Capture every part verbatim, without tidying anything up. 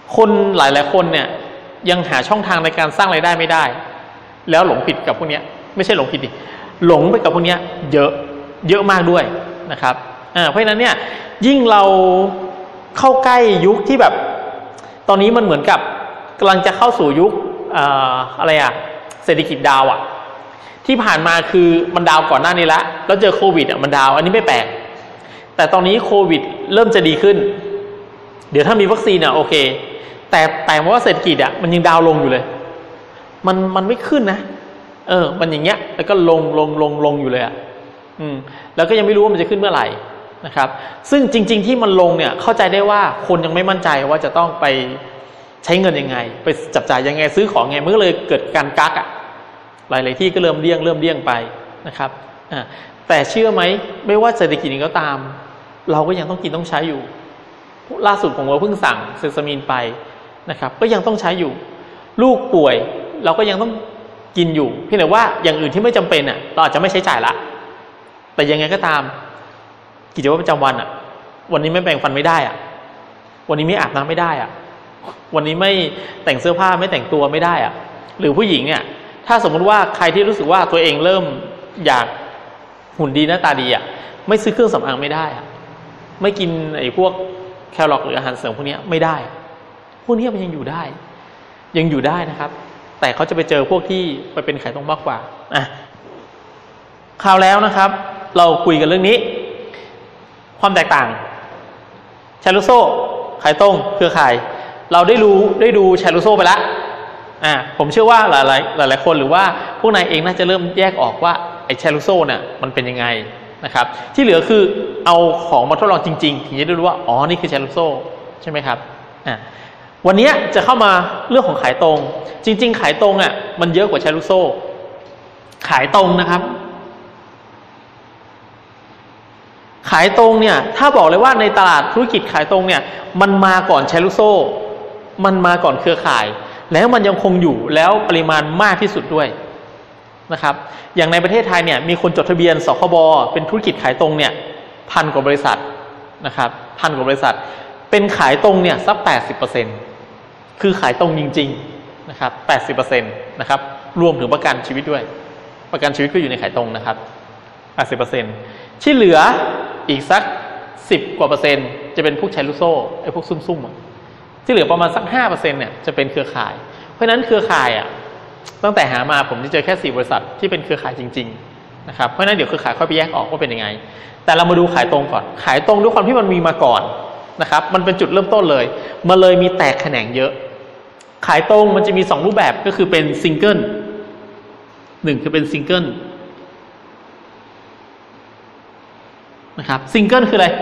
คนหลายๆคนเนี่ยยังหาช่องทางในการสร้างรายได้ไม่ได้แล้วหลงผิดกับพวกนี้ไม่ใช่หลงผิดดิหลงไปกับพวกนี้เยอะเยอะมากด้วยนะครับอ่าเพราะฉะนั้นเนี่ยยิ่งเราเข้าใกล้ยุคที่แบบตอนนี้มันเหมือนกับกำลังจะเข้าสู่ยุคอ่าอะไรอะเศรษฐกิจดาวอะที่ผ่านมาคือมันดาวก่อนหน้านี้ละแล้วเจอโควิดอ่ะมันดาวอันนี้ไม่แปลกแต่ตอนนี้โควิดเริ่มจะดีขึ้นเดี๋ยวถ้ามีวัคซีนอ่ะโอเคแต่แต่ว่าเศรษฐกิจอ่ะมันยังดาวลงอยู่เลยมันมันไม่ขึ้นนะเออมันอย่างเงี้ยแล้วก็ลงลงลงลงอยู่เลยอ่ะอืมแล้วก็ยังไม่รู้ว่ามันจะขึ้นเมื่อไหร่นะครับซึ่งจริงๆที่มันลงเนี่ยเข้าใจได้ว่าคนยังไม่มั่นใจว่าจะต้องไปใช้เงินยังไงไปจับจ่ายยังไงซื้อของไงมันก็เลยเกิดการกักอ่ะหลายๆที่ก็เริ่มเลี่ยงเริ่มเลี่ยงไปนะครับอ่าแต่เชื่อไหมไม่ว่าเศรษฐกิจนี้ก็ตามเราก็ยังต้องกินต้องใช้อยู่ล่าสุดผมก็เพิ่งสั่งเซซามีนไปนะครับก็ยังต้องใช้อยู่ลูกป่วยเราก็ยังต้องกินอยู่เพียงแต่ว่าอย่างอื่นที่ไม่จำเป็นอ่ะเราอาจจะไม่ใช้จ่ายละแต่ยังไงก็ตามกิจวัตรประจำวันอ่ะวันนี้ไม่แปรงฟันไม่ได้อ่ะวันนี้ไม่อาบน้ำไม่ได้อ่ะวันนี้ไม่แต่งเสื้อผ้าไม่แต่งตัวไม่ได้อ่ะหรือผู้หญิงเนี่ยถ้าสมมุติว่าใครที่รู้สึกว่าตัวเองเริ่มอยากหุ่นดีหน้าตาดีอ่ะไม่ซื้อเครื่องสำอางไม่ได้อ่ะไม่กินไอ้พวกแคลอรี่หรืออาหารเสริมพวกนี้ไม่ได้พวกนี้มันยังอยู่ได้ยังอยู่ได้นะครับแต่เขาจะไปเจอพวกที่ไปเป็นไขตรงมากกว่าอ่ะคราวแล้วนะครับเราคุยกันเรื่องนี้ความแตกต่างแชร์ลูโซ่ไขตรงเครือข่ายเราได้รู้ได้ดูแชร์ลูโซ่ไปแล้วอ่าผมเชื่อว่าหลายหลายหลายคนหรือว่าพวกนายเองน่าจะเริ่มแยกออกว่าไอ้แชร์ลูโซ่เนี่ยมันเป็นยังไงนะครับที่เหลือคือเอาของมาทดลองจริงๆถึงจะได้รู้ว่าอ๋อนี่คือแชร์ลูโซ่ใช่ไหมครับอ่าวันนี้จะเข้ามาเรื่องของขายตรงจริงๆขายตรงอ่ะมันเยอะกว่าแชร์ลูโซ่ขายตรงนะครับขายตรงเนี่ยถ้าบอกเลยว่าในตลาดธุรกิจขายตรงเนี่ยมันมาก่อนแชร์ลูโซ่มันมาก่อนเครือข่ายแล้วมันยังคงอยู่แล้วปริมาณมากที่สุดด้วยนะครับอย่างในประเทศไทยเนี่ยมีคนจดทะเบียนสคบเป็นธุรกิจขายตรงเนี่ยพันกว่าบริษัทนะครับพันกว่าบริษัทเป็นขายตรงเนี่ยสัก แปดสิบเปอร์เซ็นต์ คือขายตรงจริงๆนะครับ แปดสิบเปอร์เซ็นต์ นะครับรวมถึงประกันชีวิตด้วยประกันชีวิตก็อยู่ในขายตรงนะครับ แปดสิบเปอร์เซ็นต์ ที่เหลืออีกสักสิบกว่าเปอร์เซ็นต์จะเป็นพวกแชร์ลูโซ่ไอ้พวกซุ่มๆที่เหลือประมาณสัก ห้าเปอร์เซ็นต์ เนี่ยจะเป็นเครือข่ายเพราะฉะนั้นเครือข่ายอ่ะตั้งแต่หามาผมจะเจอแค่สี่บริษัทที่เป็นเครือข่ายจริงๆนะครับเพราะฉะนั้นเดี๋ยวเครือข่ายค่อยไปแยกออกว่าเป็นยังไงแต่เรามาดูขายตรงก่อนขายตรงด้วยความที่มันมีมาก่อนนะครับมันเป็นจุดเริ่มต้นเลยมันเลยมีแตกแขนงเยอะขายตรงมันจะมีสองรูปแบบก็คือเป็นซิงเกิลหนึ่งคือเป็นซิงเกิลนะครับซิงเกิลคืออะไร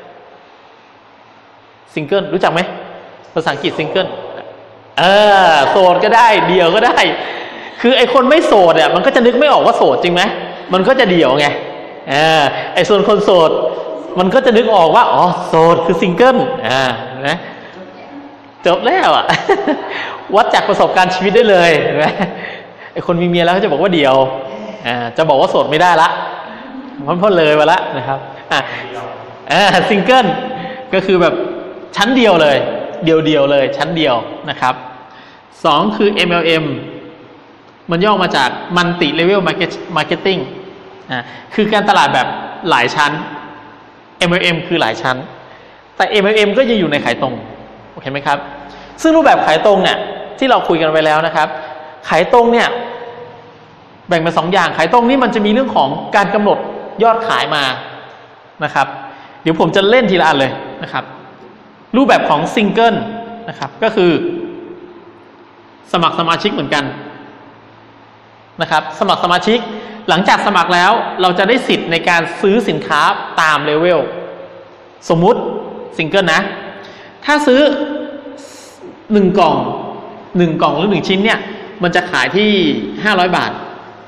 ซิงเกิลรู้จักไหมภาษาอังกฤษซิงเกิลเออโสดก็ได้เดี่ยวก็ได้คือไอคนไม่โสดอ่ะมันก็จะนึกไม่ออกว่าโสดจริงไหมมันก็จะเดี่ยวไงอ่าไอส่วนคนโสดมันก็จะนึกออกว่าอ๋อโสดคือซิงเกิลอ่านะจบแล้วอ่ะ วัดจากประสบการณ์ชีวิตได้เลยเห็นไหมไอคนมีเมียแล้วเขาจะบอกว่าเดี่ยวอ่าจะบอกว่าโสดไม่ได้ละมันพ้นเลยมาละนะครับอ่าอ่าซิงเกิลก็คือแบบชั้นเดียวเลยเดียวเดียวเลยชั้นเดียวนะครับสองคือ เอ็ม แอล เอ็ม มันย่อมาจาก Multi Level Marketing อ่าคือการตลาดแบบหลายชั้น เอ็ม แอล เอ็ม คือหลายชั้นแต่ เอ็ม แอล เอ็ม ก็ยังอยู่ในขายตรงโอเคไหมครับซึ่งรูปแบบขายตรงเนี่ยที่เราคุยกันไปแล้วนะครับขายตรงเนี่ยแบ่งเป็นสองอย่างขายตรงนี่มันจะมีเรื่องของการกำหนดยอดขายมานะครับเดี๋ยวผมจะเล่นทีละอันเลยนะครับรูปแบบของซิงเกิลนะครับก็คือสมัครสมาชิกเหมือนกันนะครับสมัครสมาชิกหลังจากสมัครแล้วเราจะได้สิทธิ์ในการซื้อสินค้าตามเลเวลสมมุติซิงเกิลนะถ้าซื้อหนึ่งกล่องหนึ่งกล่องหรือหนึ่งชิ้นเนี่ยมันจะขายที่ห้าร้อยบาท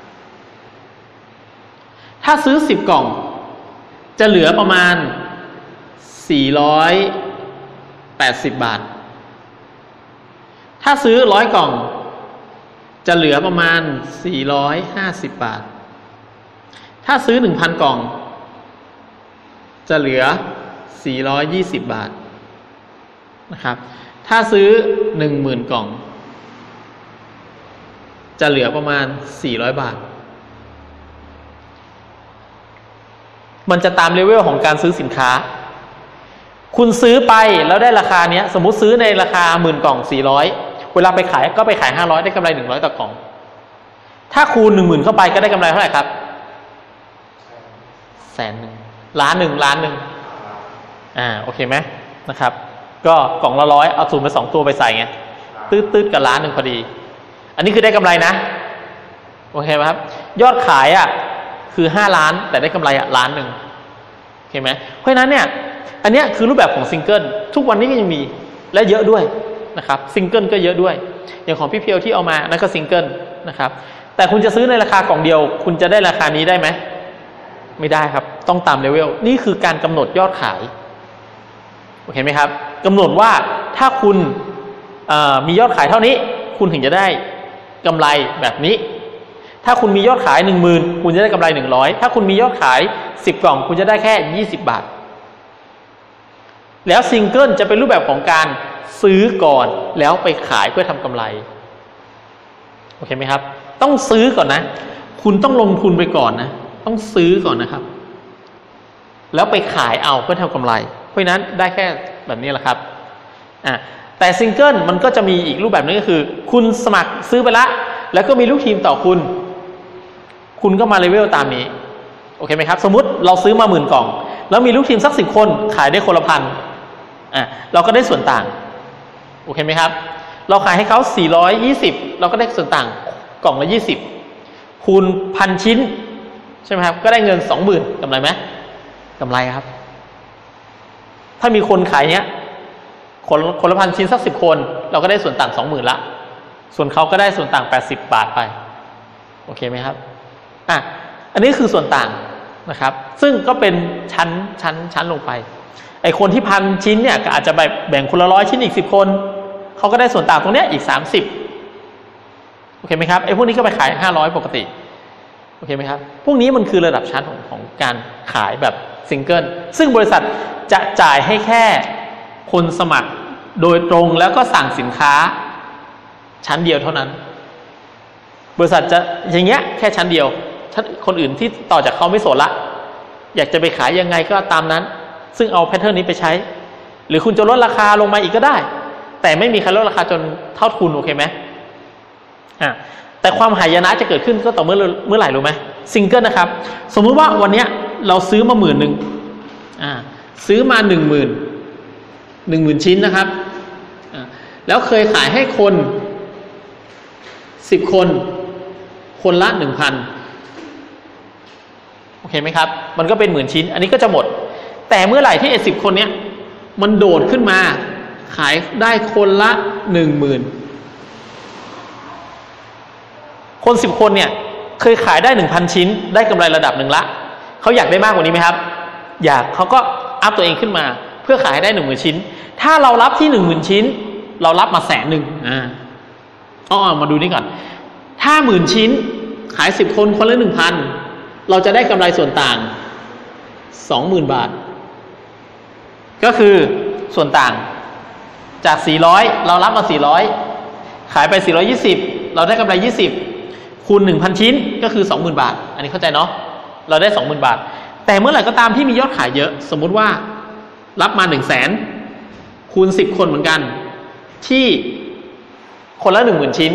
ถ้าซื้อสิบกล่องจะเหลือประมาณสี่ร้อยแปดสิบบาทถ้าซื้อร้อยกล่องจะเหลือประมาณสี่ร้อยห้าสิบบาทถ้าซื้อ หนึ่งพัน กล่องจะเหลือสี่ร้อยยี่สิบบาทนะครับถ้าซื้อหนึ่งหมื่นกล่องจะเหลือประมาณสี่ร้อยบาทมันจะตามเลเวลของการซื้อสินค้าคุณซื้อไปแล้วได้ราคาเนี้ยสมมุติซื้อในราคาหมื่นกล่องสี่ร้อยเวลาไปขายก็ไปขายห้าร้อยได้กำไรหนึ่งร้อยต่อกล่องถ้าคูณหนึ่งหมื่นเข้าไปก็ได้กำไรเท่าไหร่ครับแสนหนึ่งล้านหนึ่งล้านหนึ่งอ่าโอเคไหมนะครับก็กล่องละร้อยเอาศูนย์ไปสองตัวไปใส่ไงตืดๆกับล้านหนึ่งพอดีอันนี้คือได้กำไรนะโอเคไหมครับยอดขายอ่ะคือห้าล้านแต่ได้กำไรอ่ะล้านหนึ่งโอเคไหมเพราะฉะนั้นเนี่ยอันเนี้ยคือรูปแบบของซิงเกิลทุกวันนี้ก็ยังมีและเยอะด้วยนะครับซิงเกิลก็เยอะด้วยอย่างของพี่เพียวที่เอามานั่นก็ซิงเกิลนะครับแต่คุณจะซื้อในราคากล่องเดียวคุณจะได้ราคานี้ได้ไหมไม่ได้ครับต้องตามเลเวลนี่คือการกำหนดยอดขายโอเคไหมครับกำหนดว่าถ้าคุณมียอดขายเท่านี้คุณถึงจะได้กำไรแบบนี้ถ้าคุณมียอดขาย หนึ่งหมื่น คุณจะได้กำไรหนึ่งร้อยถ้าคุณมียอดขายสิบกล่องคุณจะได้แค่ยี่สิบบาทแล้วซิงเกิลจะเป็นรูปแบบของการซื้อก่อนแล้วไปขายเพื่อทำกำไรโอเคไหมครับต้องซื้อก่อนนะคุณต้องลงทุนไปก่อนนะต้องซื้อก่อนนะครับแล้วไปขายเอาเพื่อทำกำไรเพราะฉะนั้นได้แค่แบบนี้แหละครับอ่ะแต่ซิงเกิลมันก็จะมีอีกรูปแบบนึงก็คือคุณสมัครซื้อไปละแล้วก็มีลูกทีมต่อคุณคุณก็มาเลเวลตามนี้โอเคไหมครับสมมุติเราซื้อมาหมื่นกล่องแล้วมีลูกทีมสักสิบคนขายได้คนละพันอ่ะเราก็ได้ส่วนต่างโอเคไหมครับเราขายให้เขาสี่ร้อยยี่สิบเราก็ได้ส่วนต่างกล่องละยี่สิบคูณพันชิ้นใช่ไหมครับก็ได้เงินสองหมื่นกำไรไหมกำไรครับถ้ามีคนขายเนี้ยคนคนละพันชิ้นสักสิบคนเราก็ได้ส่วนต่างสองหมื่นละส่วนเขาก็ได้ส่วนต่างแปดสิบบาทไปโอเคไหมครับอ่ะอันนี้คือส่วนต่างนะครับซึ่งก็เป็นชั้นชั้นชั้นลงไปไอคนที่พันชิ้นเนี่ยก็อาจจะแบบแบ่งคนละร้อยชิ้นอีกสิบคนเขาก็ได้ส่วนต่างตรงเนี้ยอีกสามสิบโอเคไหมครับไอพวกนี้ก็ไปขายห้าร้อยปกติโอเคไหมครับพวกนี้มันคือระดับชั้นของของการขายแบบซิงเกิลซึ่งบริษัทจะจ่ายให้แค่คนสมัครโดยตรงแล้วก็สั่งสินค้าชั้นเดียวเท่านั้นบริษัทจะอย่างเงี้ยแค่ชั้นเดียวคนอื่นที่ต่อจากเขาไม่สนละอยากจะไปขายยังไงก็ตามนั้นซึ่งเอาแพทเทิร์นนี้ไปใช้หรือคุณจะลดราคาลงมาอีกก็ได้แต่ไม่มีใครลดราคาจนเท่าทุนโอเคไหมอ่ะแต่ความหายนะจะเกิดขึ้นก็ต่อเมื่อเมื่อไหร่รู้ไหมซิงเกิลนะครับสมมุติว่าวันนี้เราซื้อมาหมื่นหนึ่งอ่าซื้อมาหนึ่งหมื่นหนึ่งหมื่นชิ้นนะครับอ่าแล้วเคยขายให้คนสิบคนคนละหนึ่งพันโอเคไหมครับมันก็เป็นหมื่นชิ้นอันนี้ก็จะหมดแต่เมื่อไหร่ที่ไอ้สิบคนเนี้ยมันโดดขึ้นมาขายได้คนละหนึ่งหมื่นคนสิบคนเนี่ยเคยขายได้หนึ่งพันชิ้นได้กำไรระดับหนึ่งละเขาอยากได้มากกว่านี้ไหมครับอยากเขาก็อัพตัวเองขึ้นมาเพื่อขายได้หนึ่งหมื่นชิ้นถ้าเรารับที่หนึ่งหมื่นชิ้นเรารับมาแสนหนึ่งอ่าอ๋อมาดูนี่ก่อนถ้าหมื่นชิ้นขายสิบคนคนละหนึ่งพันเราจะได้กำไรส่วนต่างสองหมื่นบาทก็คือส่วนต่างจากสี่ร้อยเรารับมาสี่ร้อยขายไปสี่ร้อยยี่สิบเราได้กำไรยี่สิบคูณ หนึ่งพัน ชิ้นก็คือ สองหมื่น บาทอันนี้เข้าใจเนาะเราได้ สองหมื่น บาทแต่เมื่อไหร่ก็ตามที่มียอดขายเยอะสมมุติว่ารับมา หนึ่งแสน คูณสิบคนเหมือนกันที่คนละ หนึ่งหมื่น ชิ้น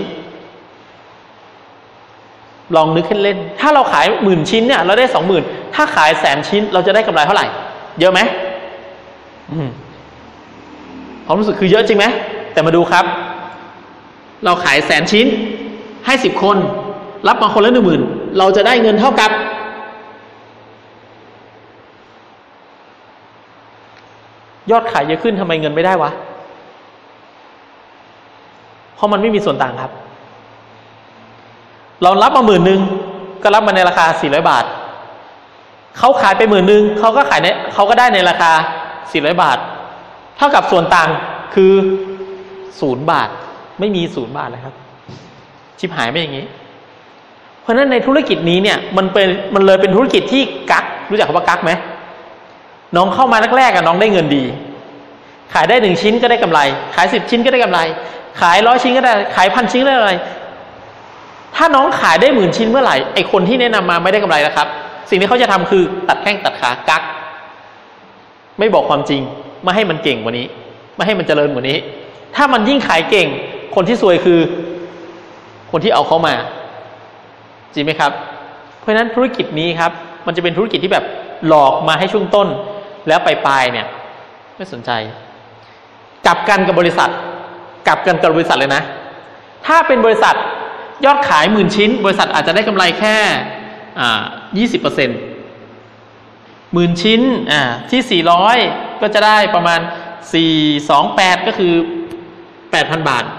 ลองนึกขึ้นเล่นถ้าเราขายหมื่นชิ้นเนี่ยเราได้ สองหมื่น ถ้าขายแสนชิ้นเราจะได้กำไรเท่าไหร่เยอะไหมอืมความรู้สึกคือเยอะจริงไหมแต่มาดูครับเราขายแสนชิ้นให้สิบคนรับมาคนละหนึ่งหมื่นเราจะได้เงินเท่ากับยอดขายเยอะขึ้นทำไมเงินไม่ได้วะเพราะมันไม่มีส่วนต่างครับเรารับมาหมื่นหนึ่งก็รับมาในราคาสี่ร้อยบาทเขาขายไปหมื่นหนึ่งเขาก็ขายในเขาก็ได้ในราคาสี่ร้อยบาทเท่ากับส่วนต่างคือศูนย์บาทไม่มีศูนย์บาทเลยครับชิบหายไม่อย่างนี้เพราะฉะนั้นในธุรกิจนี้เนี่ยมันเป็นมันเลยเป็นธุรกิจที่กักรู้จักคำว่ากักไหมน้องเข้ามาแรกๆอะน้องได้เงินดีขายได้หนึ่งชิ้นก็ได้กำไรขายสิบชิ้นก็ได้กำไรขายร้อยชิ้นก็ได้ขายพันชิ้นก็ได้กำไรถ้าน้องขายได้หมื่นชิ้นเมื่อไหร่ไอคนที่แนะนำมาไม่ได้กำไรแล้วครับสิ่งที่เขาจะทำคือตัดแข้งตัดขากักไม่บอกความจริงไม่ให้มันเก่งกว่านี้ไม่ให้มันเจริญกว่านี้ถ้ามันยิ่งขายเก่งคนที่ซวยคือคนที่เอาเขามาจริงไหมครับเพราะฉะนั้นธุรกิจนี้ครับมันจะเป็นธุรกิจที่แบบหลอกมาให้ช่วงต้นแล้วปลายๆเนี่ยไม่สนใจกลับกันกับบริษัทกลับกันกับบริษัทเลยนะถ้าเป็นบริษัทยอดขายหมื่นชิ้นบริษัทอาจจะได้กำไรแค่อ่ายี่สิบเปอร์เซ็นต์หมื่นชิ้นอ่าที่สี่ร้อยก็จะได้ประมาณสี่สองแปดก็คือแปดพันบาท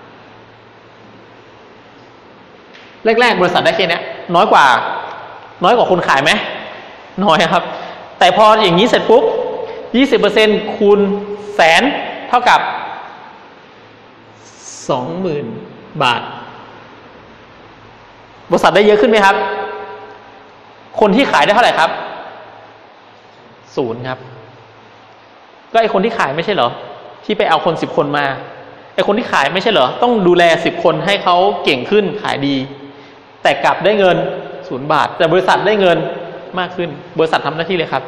แรกๆบริษัทได้แค่นี้น้อยกว่าน้อยกว่าคนขายไหมน้อยครับแต่พออย่างนี้เสร็จปุ๊บ ยี่สิบเปอร์เซ็นต์ คูณแสนเท่ากับ สองหมื่น บาทบริษัทได้เยอะขึ้นไหมครับคนที่ขายได้เท่าไหร่ครับศูนย์ครับก็ไอคนที่ขายไม่ใช่เหรอที่ไปเอาคนสิบคนมาไอคนที่ขายไม่ใช่เหรอต้องดูแลสิบคนให้เขาเก่งขึ้นขายดีแต่กลับได้เงินศูนย์บาทแต่บริษัทได้เงินมากขึ้นบริษัททำหน้าที่เลยครับ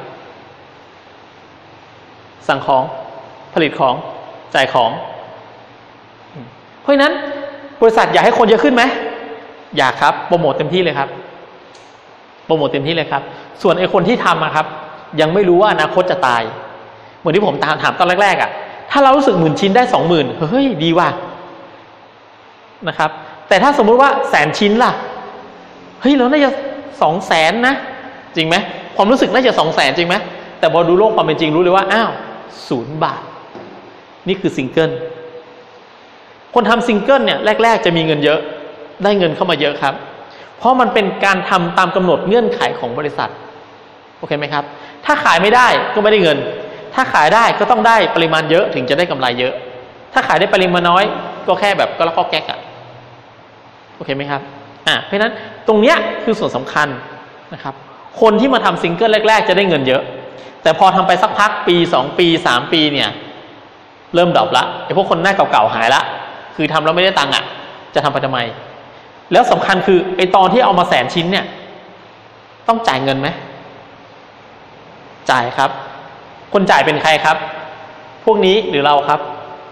สั่งของผลิตของจ่ายของเพราะฉะนั้นบริษัทอยากให้คนเยอะขึ้นไหมอยากครับโปรโมทเต็มที่เลยครับโปรโมทเต็มที่เลยครับส่วนไอ้คนที่ทำอะครับยังไม่รู้ว่าอนาคตจะตายเหมือนที่ผมตามถามตอนแรกๆอะถ้าเรารู้สึกหมื่นชิ้นได้สองหมื่นเฮ้ยดีว่ะนะครับแต่ถ้าสมมุติว่าแสนชิ้นล่ะเฮ้ยเราน่าจะสองแสนนะจริงไหมความรู้สึกน่าจะสองแสนจริงไหมแต่พอดูโลกความเป็นจริงรู้เลยว่าอ้าวศูนย์บาทนี่คือซิงเกิลคนทำซิงเกิลเนี่ยแรกๆจะมีเงินเยอะได้เงินเข้ามาเยอะครับเพราะมันเป็นการทำตามกำหนดเงื่อนไขของบริษัทโอเคไหมครับถ้าขายไม่ได้ก็ไม่ได้เงินถ้าขายได้ก็ต้องได้ปริมาณเยอะถึงจะได้กำไรเยอะถ้าขายได้ปริมาณน้อยก็แค่แบบก็ละก็แก๊กอะโอเคไหมครับอ่ะเพราะฉะนั้นตรงเนี้ยคือส่วนสำคัญนะครับคนที่มาทำซิงเกิลแรกๆจะได้เงินเยอะแต่พอทำไปสักพักปีสองปีสามปีเนี่ยเริ่มดรอปละไอ้พวกคนหน้าเก่าๆหายละคือทำแล้วไม่ได้ตังค์อ่ะจะทำไปทำไมแล้วสำคัญคือไอ้ตอนที่เอามาแสนชิ้นเนี่ยต้องจ่ายเงินไหมจ่ายครับคนจ่ายเป็นใครครับพวกนี้หรือเราครับ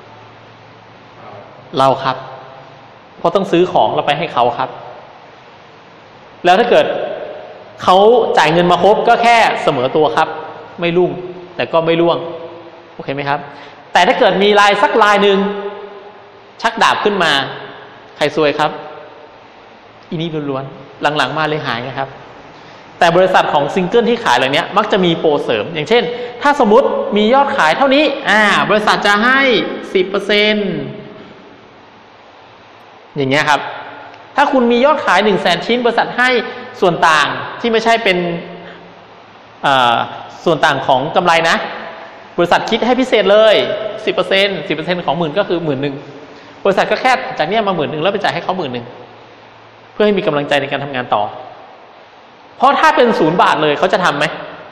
เราครับเพราะต้องซื้อของเราไปให้เขาครับแล้วถ้าเกิดเขาจ่ายเงินมาครบก็แค่เสมอตัวครับไม่รุ่งแต่ก็ไม่ร่วงโอเคไหมครับแต่ถ้าเกิดมีลายสักลายหนึ่งชักดาบขึ้นมาใครซวยครับอีนี่ล้วนๆหลังๆมาเลยหายนะครับแต่บริษัทของซิงเกิลที่ขายเหล่านี้มักจะมีโปรเสริมอย่างเช่นถ้าสมมุติมียอดขายเท่านี้อ่าบริษัทจะให้ สิบเปอร์เซ็นต์ อย่างเงี้ยครับถ้าคุณมียอดขาย หนึ่งแสน ชิ้นบริษัทให้ส่วนต่างที่ไม่ใช่เป็นส่วนต่างของกำไรนะบริษัทคิดให้พิเศษเลย สิบเปอร์เซ็นต์ สิบเปอร์เซ็นต์ ของหมื่นก็คือหมื่นหนึ่งบริษัทก็แค่จากเนี้ยมาหมื่นหนึ่งแล้วไปจ่ายให้เขาหมื่นหนึ่งเพื่อให้มีกำลังใจในการทำงานต่อเพราะถ้าเป็นศูนย์บาทเลยเขาจะทำไหม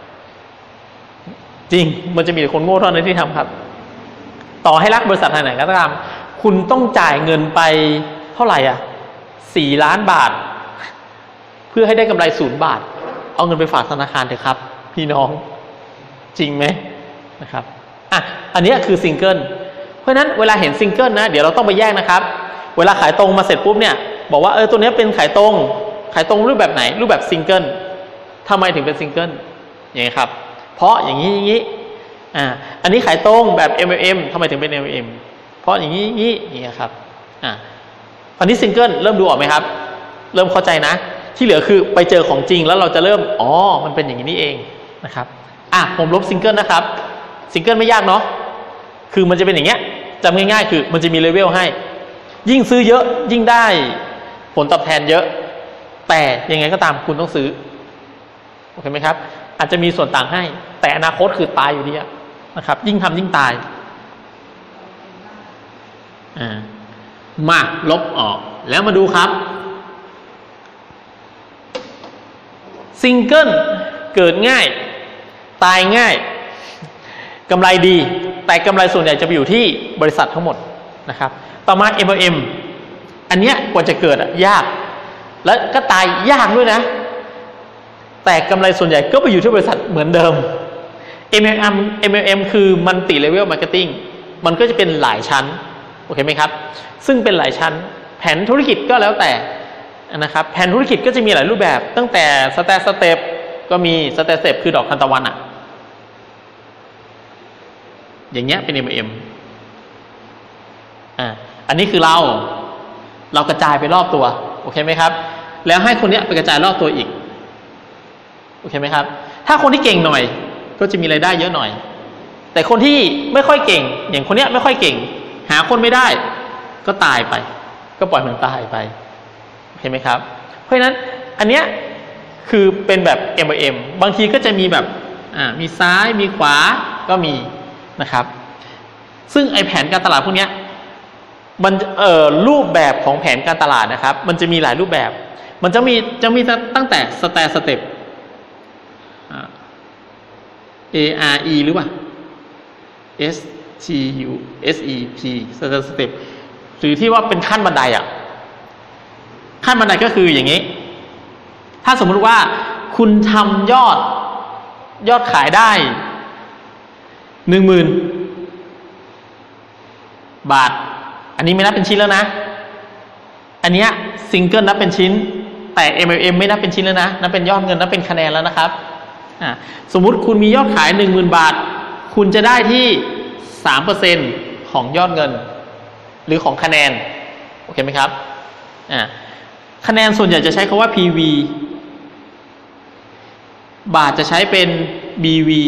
จริงมันจะมีแต่คนโง่เท่านั้นที่ทำครับต่อให้รักบริษัทไหนก็ตามคุณต้องจ่ายเงินไปเท่าไหร่อ่ะสี่ล้านบาทเพื่อให้ได้กำไรศูนย์บาทเอาเงินไปฝากธนาคารเถอะครับพี่น้องจริงไหมนะครับอ่ะอันนี้คือซิงเกิลเพราะฉะนั้นเวลาเห็นซิงเกิลนะเดี๋ยวเราต้องไปแยกนะครับเวลาขายตรงมาเสร็จปุ๊บเนี่ยบอกว่าเออตัวนี้เป็นขายตรงขายตรงรูปแบบไหนรูปแบบซิงเกิลทำไมถึงเป็นซิงเกิลอย่างนี้ครับเพราะอย่างนี้อย่างนี้อ่าอันนี้ขายตรงแบบ เอ็ม แอล เอ็ม ทำไมถึงเป็น เอ็ม แอล เอ็ม เพราะอย่างนี้อย่างนี้อย่างนี้ครับอ่าอันนี้ซิงเกิลเริ่มดูออกไหมครับเริ่มเข้าใจนะที่เหลือคือไปเจอของจริงแล้วเราจะเริ่มอ๋อมันเป็นอย่างนี้นี่เองนะครับอ่ะผมลบซิงเกิลนะครับซิงเกิลไม่ยากเนาะคือมันจะเป็นอย่างเงี้ยจำง่ายๆคือมันจะมีเลเวลให้ยิ่งซื้อเยอะยิ่งได้ผลตอบแทนเยอะแต่ยังไงก็ตามคุณต้องซื้อโอเคไหมครับอาจจะมีส่วนต่างให้แต่อนาคตคือตายอยู่ดีนะครับยิ่งทำยิ่งตายอ่ามาลบออกแล้วมาดูครับซิงเกิลเกิดง่ายตายง่ายกำไรดีแต่กำไรส่วนใหญ่จะไปอยู่ที่บริษัททั้งหมดนะครับต่อมา เอ็ม แอล เอ็ม อันเนี้ยกว่าจะเกิดอะยากและก็ตายยากด้วยนะแต่กำไรส่วนใหญ่ก็ไปอยู่ที่บริษัทเหมือนเดิม เอ็ม แอล เอ็ม เอ็ม แอล เอ็ม คือ Multi Level Marketing มันก็จะเป็นหลายชั้นโอเคไหมครับซึ่งเป็นหลายชั้นแผนธุรกิจก็แล้วแต่นะครับแผนธุรกิจก็จะมีหลายรูปแบบตั้งแต่สแตทสเต็ปก็มีสแตทสเต็ปคือดอกทานตะวันอะอย่างเงี้ยเป็น เอ็ม แอล เอ็ม อ่าอันนี้คือเราเรากระจายไปรอบตัวโอเคไหมครับแล้วให้คนเนี้ยไปกระจายรอบตัวอีกโอเคไหมครับถ้าคนที่เก่งหน่อยก็จะมีรายได้เยอะหน่อยแต่คนที่ไม่ค่อยเก่งอย่างคนเนี้ยไม่ค่อยเก่งหาคนไม่ได้ก็ตายไปก็ปล่อยมันตายไปเห็นไหมครับเพราะฉะนั้นอันเนี้ยคือเป็นแบบ เอ็ม แอล เอ็ม บางทีก็จะมีแบบอ่ามีซ้ายมีขวาก็มีนะครับซึ่งไอแผนการตลาดพวกเนี้ยมันเอ่อรูปแบบของแผนการตลาดนะครับมันจะมีหลายรูปแบบมันจะมีจะมีตั้งแต่สแตทสเต็ป A R E หรือเปล่า S T U S E P สแตทสเต็ปหรือที่ว่าเป็นขั้นบันไดอ่ะขั้นบันไดก็คืออย่างนี้ถ้าสมมุติว่าคุณทำยอดยอดขายได้หนึ่งหมื่นบาทอันนี้ไม่นับเป็นชิ้นแล้วนะอันเนี้ยซิงเกิลนับเป็นชิ้นแต่ เอ็ม แอล เอ็ม ไม่นับเป็นชิ้นแล้วนะนับเป็นยอดเงินนับเป็นคะแนนแล้วนะครับอ่าสมมุติคุณมียอดขาย หนึ่งหมื่น บาทคุณจะได้ที่ สามเปอร์เซ็นต์ ของยอดเงินหรือของคะแนนโอเคไหมครับอ่าคะแนนส่วนใหญ่จะใช้คำว่า พี วี บาทจะใช้เป็น บี วี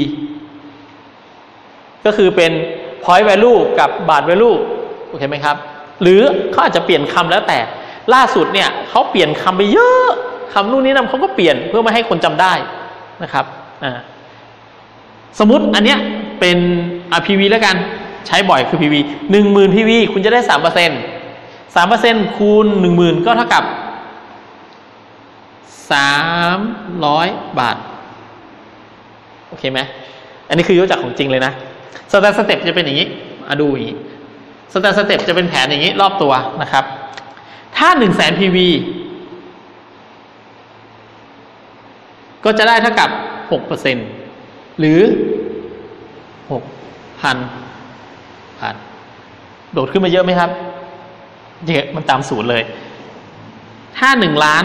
ก็คือเป็น point value กับบาท value โอเคไหมครับหรือเขาอาจจะเปลี่ยนคำแล้วแต่ล่าสุดเนี่ยเขาเปลี่ยนคำไปเยอะคำนู่นนี่นั่นเขาก็เปลี่ยนเพื่อไม่ให้คนจำได้นะครับอ่าสมมุติอันเนี้ยเป็น พี วี แล้วกันใช้บ่อยคือ พี วี หนึ่งหมื่น พี วี คุณจะได้ สามเปอร์เซ็นต์ สามเปอร์เซ็นต์ คูณ หนึ่งหมื่น ก็เท่ากับสามร้อยบาทโอเคไหมอันนี้คือยกจากของจริงเลยนะสแตทสเต็ปจะเป็นอย่างนี้อ่ะดูอย่างนี้สแตทสเต็ปจะเป็นแผนอย่างนี้รอบตัวนะครับถ้า หนึ่งแสน พี วี ก็จะได้เท่ากับ หกเปอร์เซ็นต์ หรือ หกพัน บาทโดดขึ้นมาเยอะไหมครับเยอะมันตามศูนย์เลยถ้าหนึ่งล้าน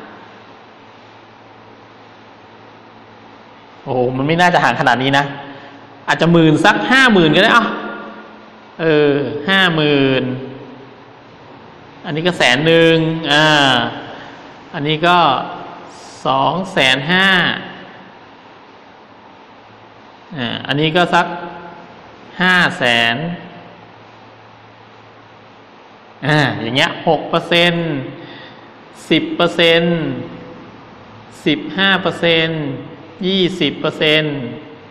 โอ้โหมันไม่น่าจะห่างขนาดนี้นะอาจจะหมื่นสักห้าหมื่นก็ได้อ่ะเออห้าหมื่นอันนี้ก็แสนหนึ่งอ่าอันนี้ก็สองแสนห้าอ่าอันนี้ก็สักห้าแสนอ่าอย่างเงี้ยหกเปอร์เซ็นต์สิบเปอร์เซ็นต์สิบห้าเปอร์เซ็นต์ยี่สิบเปอร์เซ็นต์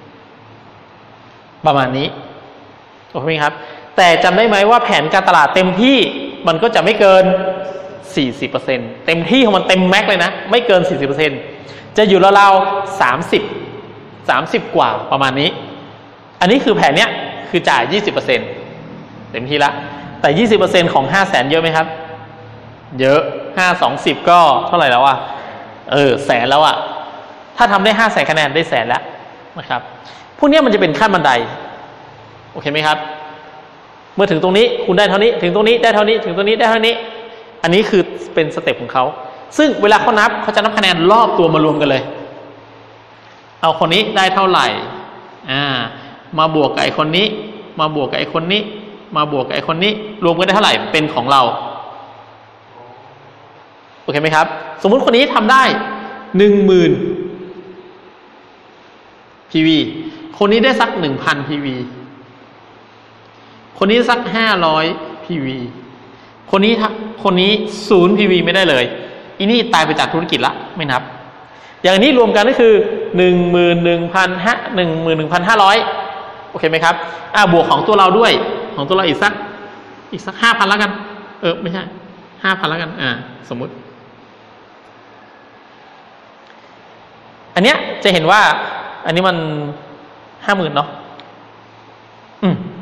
ประมาณนี้โอเคไหมครับแต่จำได้ไหมว่าแผนการตลาดเต็มที่มันก็จะไม่เกิน สี่สิบเปอร์เซ็นต์ เต็มที่ของมันเต็มแม็กเลยนะไม่เกิน สี่สิบเปอร์เซ็นต์ จะอยู่ราวๆสามสิบ สามสิบกว่าประมาณนี้อันนี้คือแผนเนี้ยคือจ่าย ยี่สิบเปอร์เซ็นต์ เต็มที่ละแต่ ยี่สิบเปอร์เซ็นต์ ของ ห้าแสน เยอะไหมครับเยอะห้า สอง สิบก็เท่าไหร่แล้วอ่ะเออแสนแล้วอ่ะถ้าทำได้ห้าแสนคะแนนได้แสนแล้วนะครับพวกนี้มันจะเป็นขั้นบันไดโอเคไหมครับเมื่อถึงตรงนี้คุณได้เท่านี้ถึงตรงนี้ได้เท่านี้ถึงตรงนี้ได้เท่านี้อันนี้คือเป็นสเต็ปของเขาซึ่งเวลาเขานับเขาจะนับคะแนนรอบตัวมารวมกันเลยเอาคนนี้ได้เท่าไหร่อ่ามาบวกกับไอ้คนนี้มาบวกกับไอ้คนนี้มาบวกกับไอ้คนนี้รวมกันได้เท่าไหร่เป็นของเราโอเคไหมครับสมมุติคนนี้ทำได้หนึ่งหมื่น พี วี คนนี้ได้สัก หนึ่งพัน พี วี คนนี้สักห้าร้อย พี วี คนนี้คนนี้ศูนย์ พี วี ไม่ได้เลยอีนี่ตายไปจากธุรกิจละไม่นับอย่างนี้รวมกันก็คือ หนึ่งหมื่นหนึ่งพัน หนึ่งหมื่นหนึ่งพันห้าร้อย โอเคไหมครับอ่าบวกของตัวเราด้วยของตัวเราอีกสักอีกสัก ห้าพัน แล้วกันเออไม่ใช่ ห้าพัน แล้วกันอ่าสมมุติอันเนี้ยจะเห็นว่าอันนี้มัน ห้าหมื่น เนาะอืม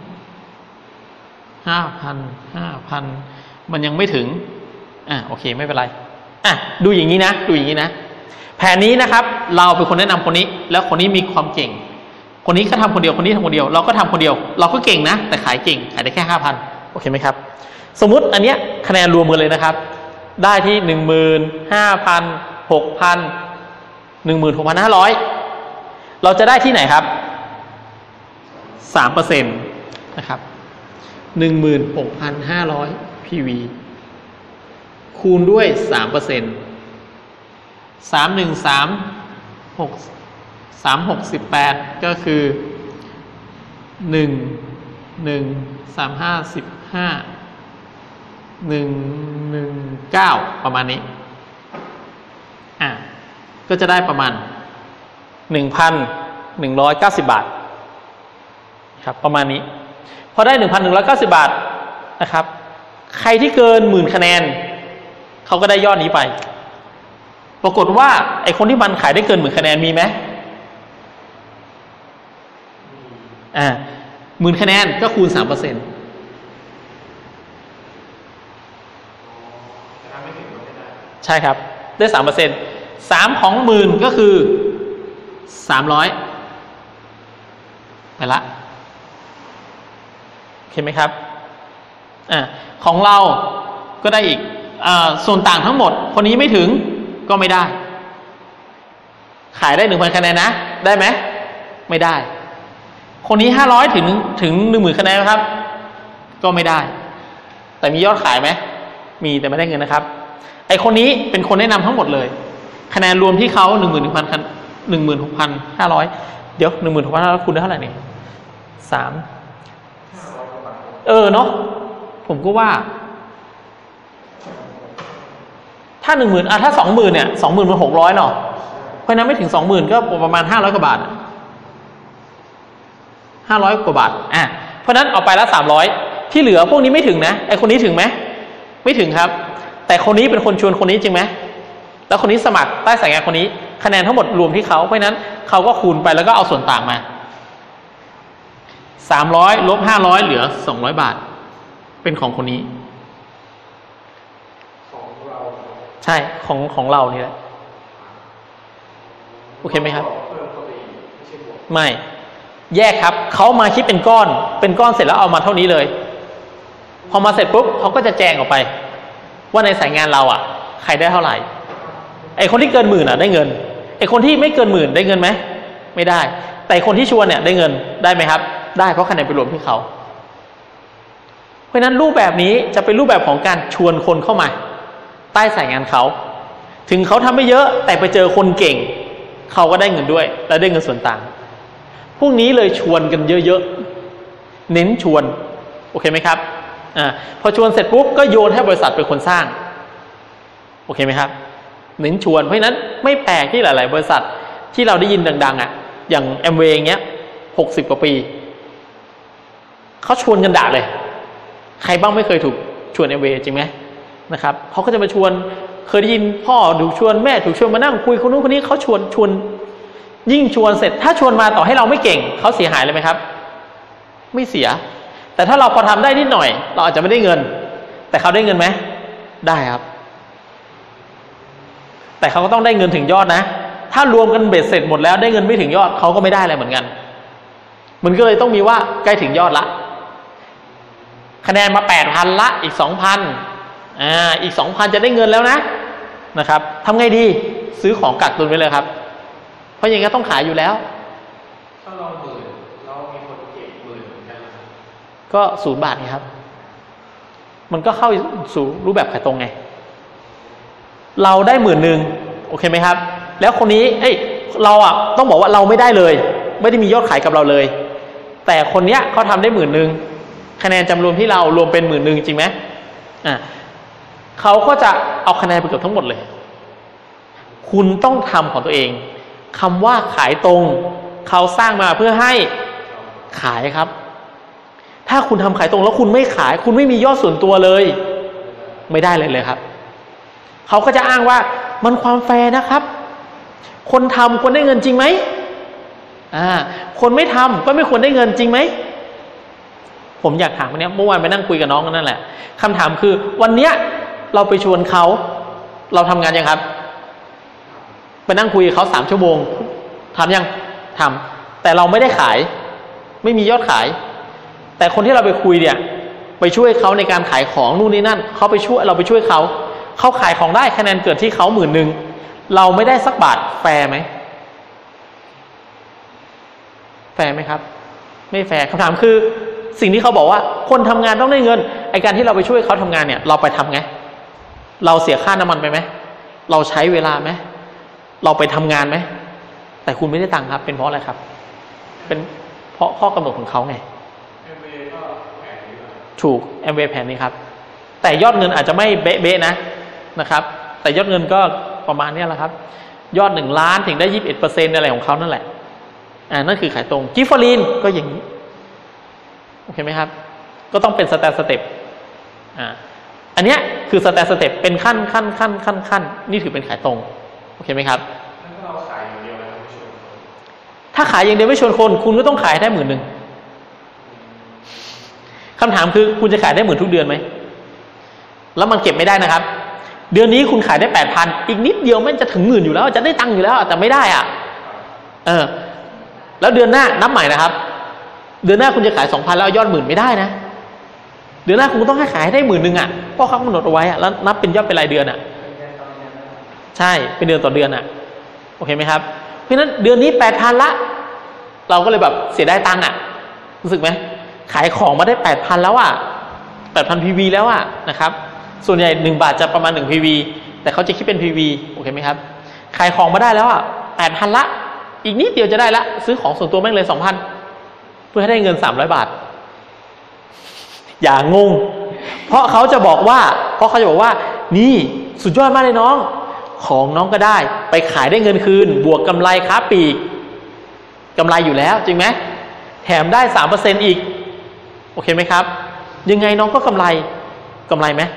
ห้าพันห้าพันมันยังไม่ถึงอ่ะโอเคไม่เป็นไรอ่ะดูอย่างนี้นะดูอย่างนี้นะแผนนี้นะครับเราเป็นคนแนะนำคนนี้แล้วคนนี้มีความเก่งคนนี้ก็ทำคนเดียวคนนี้ทำคนเดียวเราก็ทำคนเดียวเราก็เก่งนะแต่ขายเก่งขายได้แค่ห้าพันโอเคไหมครับสมมุติอันเนี้ยคะแนนรวมกันเลยนะครับได้ที่หนึ่งหมื่นห้าพันหกพันหนึ่งหมื่นหกพันห้าร้อยเราจะได้ที่ไหนครับสามเปอร์เซ็นต์นะครับหนึ่งหมื่นหกพันห้าร้อย พี วี คูณด้วยสามเปอร์เซ็นต์สามหนึ่งสามหกสามหกสิบแปดก็คือหนึ่งหนึ่งสามห้าสิบห้าหนึ่งหนึ่งเก้าประมาณนี้อ่ะก็จะได้ประมาณหนึ่งพันหนึ่งร้อยเก้าสิบบาทครับประมาณนี้พอได้หนึ่งพันหนึ่งร้อยเก้าสิบบาทนะครับใครที่เกินหมื่นคะแนนเขาก็ได้ยอดนี้ไปปรากฏว่าไอคนที่มันขายได้เกินหมื่นคะแนนมีไหมอ่าหมื่นคะแนนก็คูณสามเปอร์เซ็นต์ใช่ครับได้สามเปอร์เซ็นต์สามของหมื่นก็คือสามร้อยไปละเห็นไหมครับอ่าของเราก็ได้อีกอ่าส่วนต่างทั้งหมดคนนี้ไม่ถึงก็ไม่ได้ขายได้หนึ่งพันคะแนนนะได้ไหมไม่ได้คนนี้ห้าร้อยถึงถึงหนึ่งหมื่นคะแนนครับก็ไม่ได้แต่มียอดขายไหมมีแต่ไม่ได้เงินนะครับไอคนนี้เป็นคนแนะนำทั้งหมดเลยคะแนนรวมที่เขาหนึ่งหมื่นหนึ่งพันหนึ่งหมื่นหกพันห้าร้อยเดี๋ยวหนึ่งหมื่นหกพันห้าร้อยคูณได้เท่าไหร่เนี่ยสามเออเนาะผมก็ว่าถ้าหนึ่งหมื่นอ่ะถ้าสองหมื่นเนี่ยสองหมื่นมันหกร้อยเนาะเพราะนั้นไม่ถึงสองหมื่นก็ประมาณห้าร้อยกว่าบาทห้าร้อยกว่าบาทอ่ะเพราะนั้นเอาไปละสามร้อยที่เหลือพวกนี้ไม่ถึงนะไอคนนี้ถึงไหมไม่ถึงครับแต่คนนี้เป็นคนชวนคนนี้จริงไหมแล้วคนนี้สมัครใต้สายงานคนนี้คะแนนทั้งหมดรวมที่เขาเพราะนั้นเขาก็คูณไปแล้วก็เอาส่วนต่างมาสามร้อยลบห้าร้อยเหลือสองร้อยบาทเป็นของคนนี้ของเราใช่ของของเรานี่แหละโอเคไหมครับไม่แยกครับเขามาคิดเป็นก้อนเป็นก้อนเสร็จแล้วเอามาเท่านี้เลยพอมาเสร็จปุ๊บเขาก็จะแจงออกไปว่าในสายงานเราอ่ะใครได้เท่าไหร่ไอคนที่เกินหมื่นอ่ะได้เงินไอคนที่ไม่เกินหมื่นได้เงินไหมไม่ได้แต่คนที่ชวนเนี่ยได้เงินได้ไหมครับได้เพราะคะแนนไปรวมที่เขาเพราะนั้นรูปแบบนี้จะเป็นรูปแบบของการชวนคนเข้ามาใต้สายงานเขาถึงเขาทำไม่เยอะแต่ไปเจอคนเก่งเขาก็ได้เงินด้วยและได้เงินส่วนต่างพวกนี้เลยชวนกันเยอะๆเน้นชวนโอเคไหมครับอ่าพอชวนเสร็จปุ๊บก็โยนให้บริษัทเป็นคนสร้างโอเคไหมครับเน้นชวนเพราะฉะนั้นไม่แปลกที่หลายๆบริษัทที่เราได้ยินดังๆอ่ะอย่างแอมเวย์อย่างเงี้ยหกสิบกว่าปีเขาชวนกันด่าเลยใครบ้างไม่เคยถูกชวนแอมเวย์จริงไหมนะครับเขาก็จะมาชวนเคยได้ยินพ่อถูกชวนแม่ถูกชวนมานั่งคุยคนนู้นคนนี้เขาชวนชวนยิ่งชวนเสร็จถ้าชวนมาต่อให้เราไม่เก่งเขาเสียหายเลยไหมครับไม่เสียแต่ถ้าเราพอทำได้นิดหน่อยเราอาจจะไม่ได้เงินแต่เขาได้เงินไหมได้ครับแต่เขาก็ต้องได้เงินถึงยอดนะถ้ารวมกันเบ็ดเสร็จหมดแล้วได้เงินไม่ถึงยอดเขาก็ไม่ได้อะไรเหมือนกันมันก็เลยต้องมีว่าใกล้ถึงยอดละคะแนนมา แปดพัน ละอีก สองพัน อ่าอีก สองพัน จะได้เงินแล้วนะนะครับทำไงดีซื้อของกักตุนไว้เลยครับเพราะอย่างงั้นต้องขายอยู่แล้วถ้าเราหมื่นเรามีคนเก็บหมื่นเหมือนกันก็ศูนย์บาทไงครับมันก็เข้าสู่รูปแบบขายตรงไงเราได้หมื่นหนึ่งโอเคไหมครับแล้วคนนี้เอ้ยเราอ่ะต้องบอกว่าเราไม่ได้เลยไม่ได้มียอดขายกับเราเลยแต่คนเนี้ยเขาทำได้หมื่นหนึ่งคะแนนจำรวมที่เรารวมเป็นหมื่นหนึ่งจริงไหมอ่ะเขาก็จะเอาคะแนนไปเกือบทั้งหมดเลยคุณต้องทำของตัวเองคำว่าขายตรงเขาสร้างมาเพื่อให้ขายครับถ้าคุณทำขายตรงแล้วคุณไม่ขายคุณไม่มียอดส่วนตัวเลยไม่ได้เลยเลยครับเขาก็จะอ้างว่ามันความแฟร์นะครับคนทำควรได้เงินจริงไหมอ่าคนไม่ทำก็ไม่ควรได้เงินจริงไหมผมอยากถามวันนี้เมื่อวานไปนั่งคุยกับน้องกันนั่นแหละคำถามคือวันเนี้ยเราไปชวนเขาเราทำงานยังครับไปนั่งคุยกับเขาสามชั่วโมงทำยังทำแต่เราไม่ได้ขายไม่มียอดขายแต่คนที่เราไปคุยเนี่ยไปช่วยเขาในการขายของนู่นนี่นั่นเขาไปช่วยเราไปช่วยเขาเขาขายของได้คะแนนเกิดที่เขาหมื่นหนึ่งเราไม่ได้สักบาทแฟร์ไหมแฟร์ไหมครับไม่แฟร์คำถามคือสิ่งที่เขาบอกว่าคนทำงานต้องได้เงินไอการที่เราไปช่วยเขาทำงานเนี่ยเราไปทำไงเราเสียค่าน้ำมันไปไหมเราใช้เวลาไหมเราไปทำงานไหมแต่คุณไม่ได้ตังค์ครับเป็นเพราะอะไรครับเป็นเพราะข้อกำหนดของเขาไงถูกแอมเวย์แผนนี้ครับแต่ยอดเงินอาจจะไม่เบ๊ะๆนะนะครับแต่ยอดเงินก็ประมาณนี้แหละครับยอดหนึ่งล้านถึงได้ยี่สิบเอ็ดเปอร์เซ็นต์อะไรของเขานั่นแหละอ่านั่นคือขายตรงกิฟฟอรีนก็อย่างนี้โอเคไหมครับก็ต้องเป็นสแตนสเต็ปอ่าอันเนี้ยคือสแตนสเต็ปเป็นขั้นขั้นขั้นขั้นขั้นนี่ถือเป็นขายตรงโอเคไหมครับถ้าเราขายอย่างเดียวแล้วไม่ชวนคนถ้าขายอย่างเดียวไม่ชวนคนคุณก็ต้องขายได้หมื่นหนึ่งคำถามคือคุณจะขายได้หมื่นทุกเดือนไหมแล้วมันเก็บไม่ได้นะครับเดือนนี้คุณขายได้แปดพันอีกนิดเดียวมันจะถึงหมื่นอยู่แล้วจะได้ตังค์อยู่แล้วแต่ไม่ได้อ่ะเออแล้วเดือนหน้านับใหม่นะครับเดือนหน้าคุณจะขายสองพันแล้วยอดหมื่นไม่ได้นะเดือนหน้าคุณต้องให้ขายให้ได้หมื่นหนึ่งอ่ะเพราะเขากำหนดเอาไว้อ่ะแล้วนับเป็นยอดเป็นรายเดือนอ่ะใช่เป็นเดือนต่อเดือนอ่ะโอเคไหมครับเพราะฉะนั้นเดือนนี้แปดพันละเราก็เลยแบบเสียดายตังค์อ่ะรู้สึกไหมขายของมาได้แปดพันแล้วอ่ะแปดพันพีวีแล้วอ่ะนะครับส่วนใหญ่หนึ่งบาทจะประมาณหนึ่งพีวีแต่เขาจะคิดเป็นพีวีโอเคไหมครับขายของมาได้แล้วอ่ะแปดพันละอีกนิดเดียวจะได้ละซื้อของส่วนตัวแม่งเลยสองพันเพื่อให้ได้เงินสามร้อยบาทอย่างงเพราะเขาจะบอกว่าเพราะเขาจะบอกว่านี่สุดยอดมากเลยน้องของน้องก็ได้ไปขายได้เงินคืนบวกกำไรค้าปลีกกำไรอยู่แล้วจริงไหมแถมได้ สามเปอร์เซ็นต์ อีกโอเคไหมครับยังไงน้องก็กำไรกำไรไหม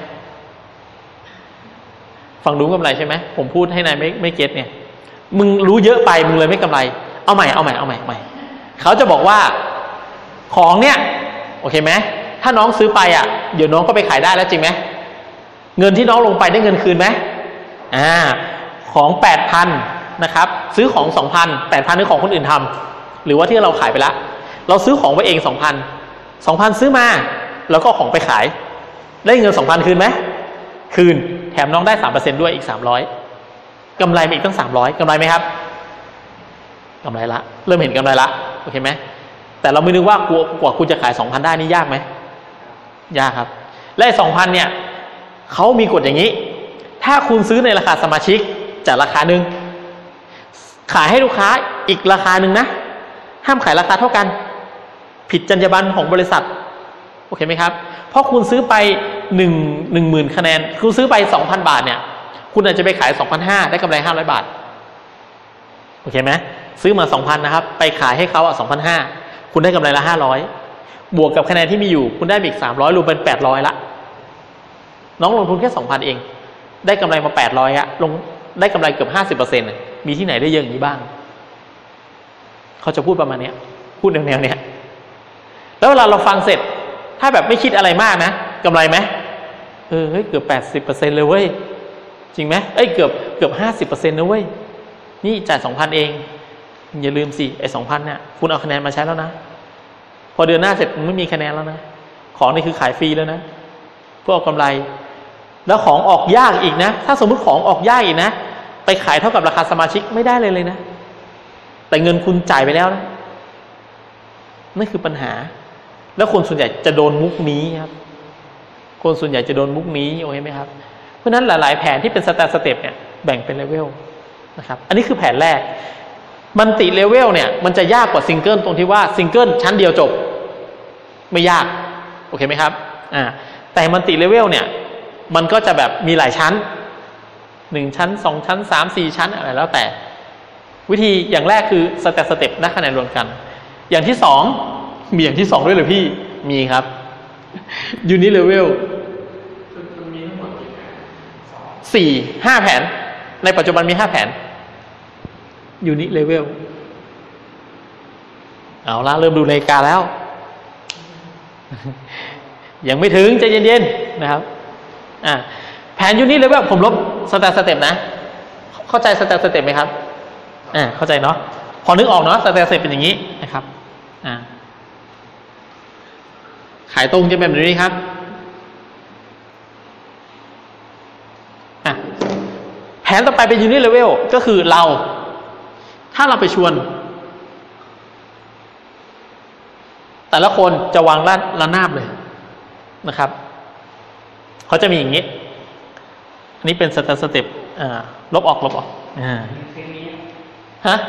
ฟังรู้กำไรใช่ไหมผมพูดให้นายไม่ไม่เก็ตเนี่ยมึงรู้เยอะไปมึงเลยไม่กำไรเอาใหม่เอาใหม่เอาใหม่ใหม่เขาจะบอกว่าของเนี่ยโอเคไหมถ้าน้องซื้อไปอ่ะเดี๋ยวน้องก็ไปขายได้แล้วจริงไหมเงินที่น้องลงไปได้เงินคืนไหมอ่าของ แปดพัน นะครับซื้อของ สองพัน แปดพัน นี่ของคนอื่นทำหรือว่าที่เราขายไปละเราซื้อของไปเอง สองพัน สองพัน ซื้อมาแล้วก็ของไปขายได้เงิน สองพัน คืนไหมคืนแถมน้องได้ สามเปอร์เซ็นต์ ด้วยอีกสามร้อยกำไรมาอีกตั้งสามร้อยกำไรไหมครับกำไรละเริ่มเห็นกำไรละโอเคไหมแต่เราไม่นึกว่ากว่ากว่าคุณจะขาย สองพัน ได้นี่ยากไหมยากครับและ สองพัน เนี่ยเขามีกฎอย่างนี้ถ้าคุณซื้อในราคาสมาชิกจากราคาหนึ่งขายให้ลูกค้าอีกราคาหนึ่งนะห้ามขายราคาเท่ากันผิดจรรยาบรรณของบริษัทโอเคไหมครับเพราะคุณซื้อไปหนึ่ง หนึ่งหมื่นคะแนนคุณซื้อไป สองพัน บาทเนี่ยคุณอาจจะไปขาย สองพันห้าร้อย ได้กำไรห้าร้อยบาทโอเคไหมซื้อมา สองพัน นะครับไปขายให้เขาอ่ะ สองพันห้าร้อย คุณได้กำไรละห้าร้อยบวกกับคะแนนที่มีอยู่คุณได้อีกสามร้อยรวมเป็นแปดร้อยละน้องลงทุนแค่ สองพัน เองได้กำไรมาแปดร้อยอะลงได้กำไรเกือบ ห้าสิบเปอร์เซ็นต์ มีที่ไหนได้เยอะอย่างนี้บ้างเขาจะพูดประมาณนี้พูดแนวๆเนี้ยแล้วเวลาเราฟังเสร็จถ้าแบบไม่คิดอะไรมากนะกำไรไหมเออเฮ้ยเกือบ แปดสิบเปอร์เซ็นต์ เลยเว้ยจริงไหมเอ้ยเกือบเกือบ ห้าสิบเปอร์เซ็นต์ นะเว้ยนี่จ่าย สองพัน เองอย่าลืมสิไอ้ สองพัน เนี่ยคุณเอาคะแนนมาใช้แล้วนะพอเดือนหน้าเสร็จมันไม่มีคะแนนแล้วนะของนี่คือขายฟรีแล้วนะเพื่อเอากำไรแล้วของออกยากอีกนะถ้าสมมุติของออกยากอีกนะไปขายเท่ากับราคาสมาชิกไม่ได้เลยเลยนะแต่เงินคุณจ่ายไปแล้วนะนั่นคือปัญหาแล้วคนส่วนใหญ่จะโดนมุกนี้ครับคนส่วนใหญ่จะโดนมุกนี้โอเคไหมครับเพราะฉะนั้นหลายๆแผนที่เป็นสแตนสเต็ปเนี่ยแบ่งเป็นเลเวลนะครับอันนี้คือแผนแรกมัลติเลเวลเนี่ยมันจะยากกว่าซิงเกิลตรงที่ว่าซิงเกิลชั้นเดียวจบไม่ยากโอเคไหมครับอ่าแต่มัลติเลเวลเนี่ยมันก็จะแบบมีหลายชั้นหนึ่งชั้นสองชั้นสามสี่ชั้นอะไรแล้วแต่วิธีอย่างแรกคือสเต็ปสเต็ปนับคะแนนรวมกันอย่างที่สองมีอย่างที่สองด้วยหรือพี่มีครับยูนิเลเวลสี่ห้าแผนในปัจจุบันมีห้าแผนยูนิเลเวลเอาละเริ่มดูนาฬิกาแล้วยังไม่ถึงใจเย็นๆนะครับอ่าแผนยูนิเลเวลผมลบสแตทสเต็ปนะเข้าใจสแตทสเต็ปไหมครับอ่าเข้าใจเนาะพอนึกออกเนาะสแตทสเต็ปเป็นอย่างนี้นะครับอ่าขายตรงจะเป็นแบบนี้ครับอ่ะแผนต่อไปเป็นยูนิเลเวลก็คือเราถ้าเราไปชวนแต่ละคนจะวางระระนาบเลยนะครับเขาจะมีอย่างนี้อันนี้เป็นสเต็ปสเต็ปอ่าลบออกลบออกอ่าฮะ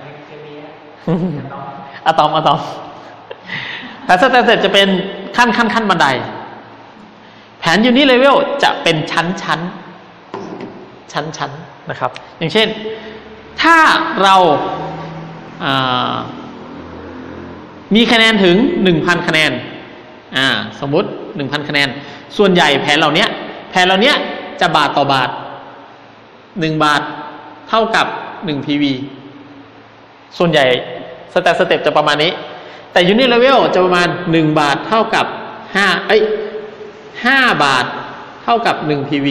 อะตอมอะตอมแต่สเต็ปสเต็ปจะเป็นขั้นขั้นขั้นบันไดแผนยูนิเลเวลจะเป็นชั้นชั้นชั้นชั้นนะครับอย่างเช่นถ้าเราอ่ามีคะแนนถึง หนึ่งพัน คะแนนอ่าสมมุติ หนึ่งพัน คะแนนส่วนใหญ่แผนเหล่านี้แผนเหล่านี้จะบาทต่อบาทหนึ่งบาทเท่ากับหนึ่ง พี วี ส่วนใหญ่สเต็ปสเต็ปจะประมาณนี้แต่ยูนิเลเวลจะประมาณหนึ่งบาทเท่ากับห้าเอ้ยห้าบาทเท่ากับหนึ่ง พี วี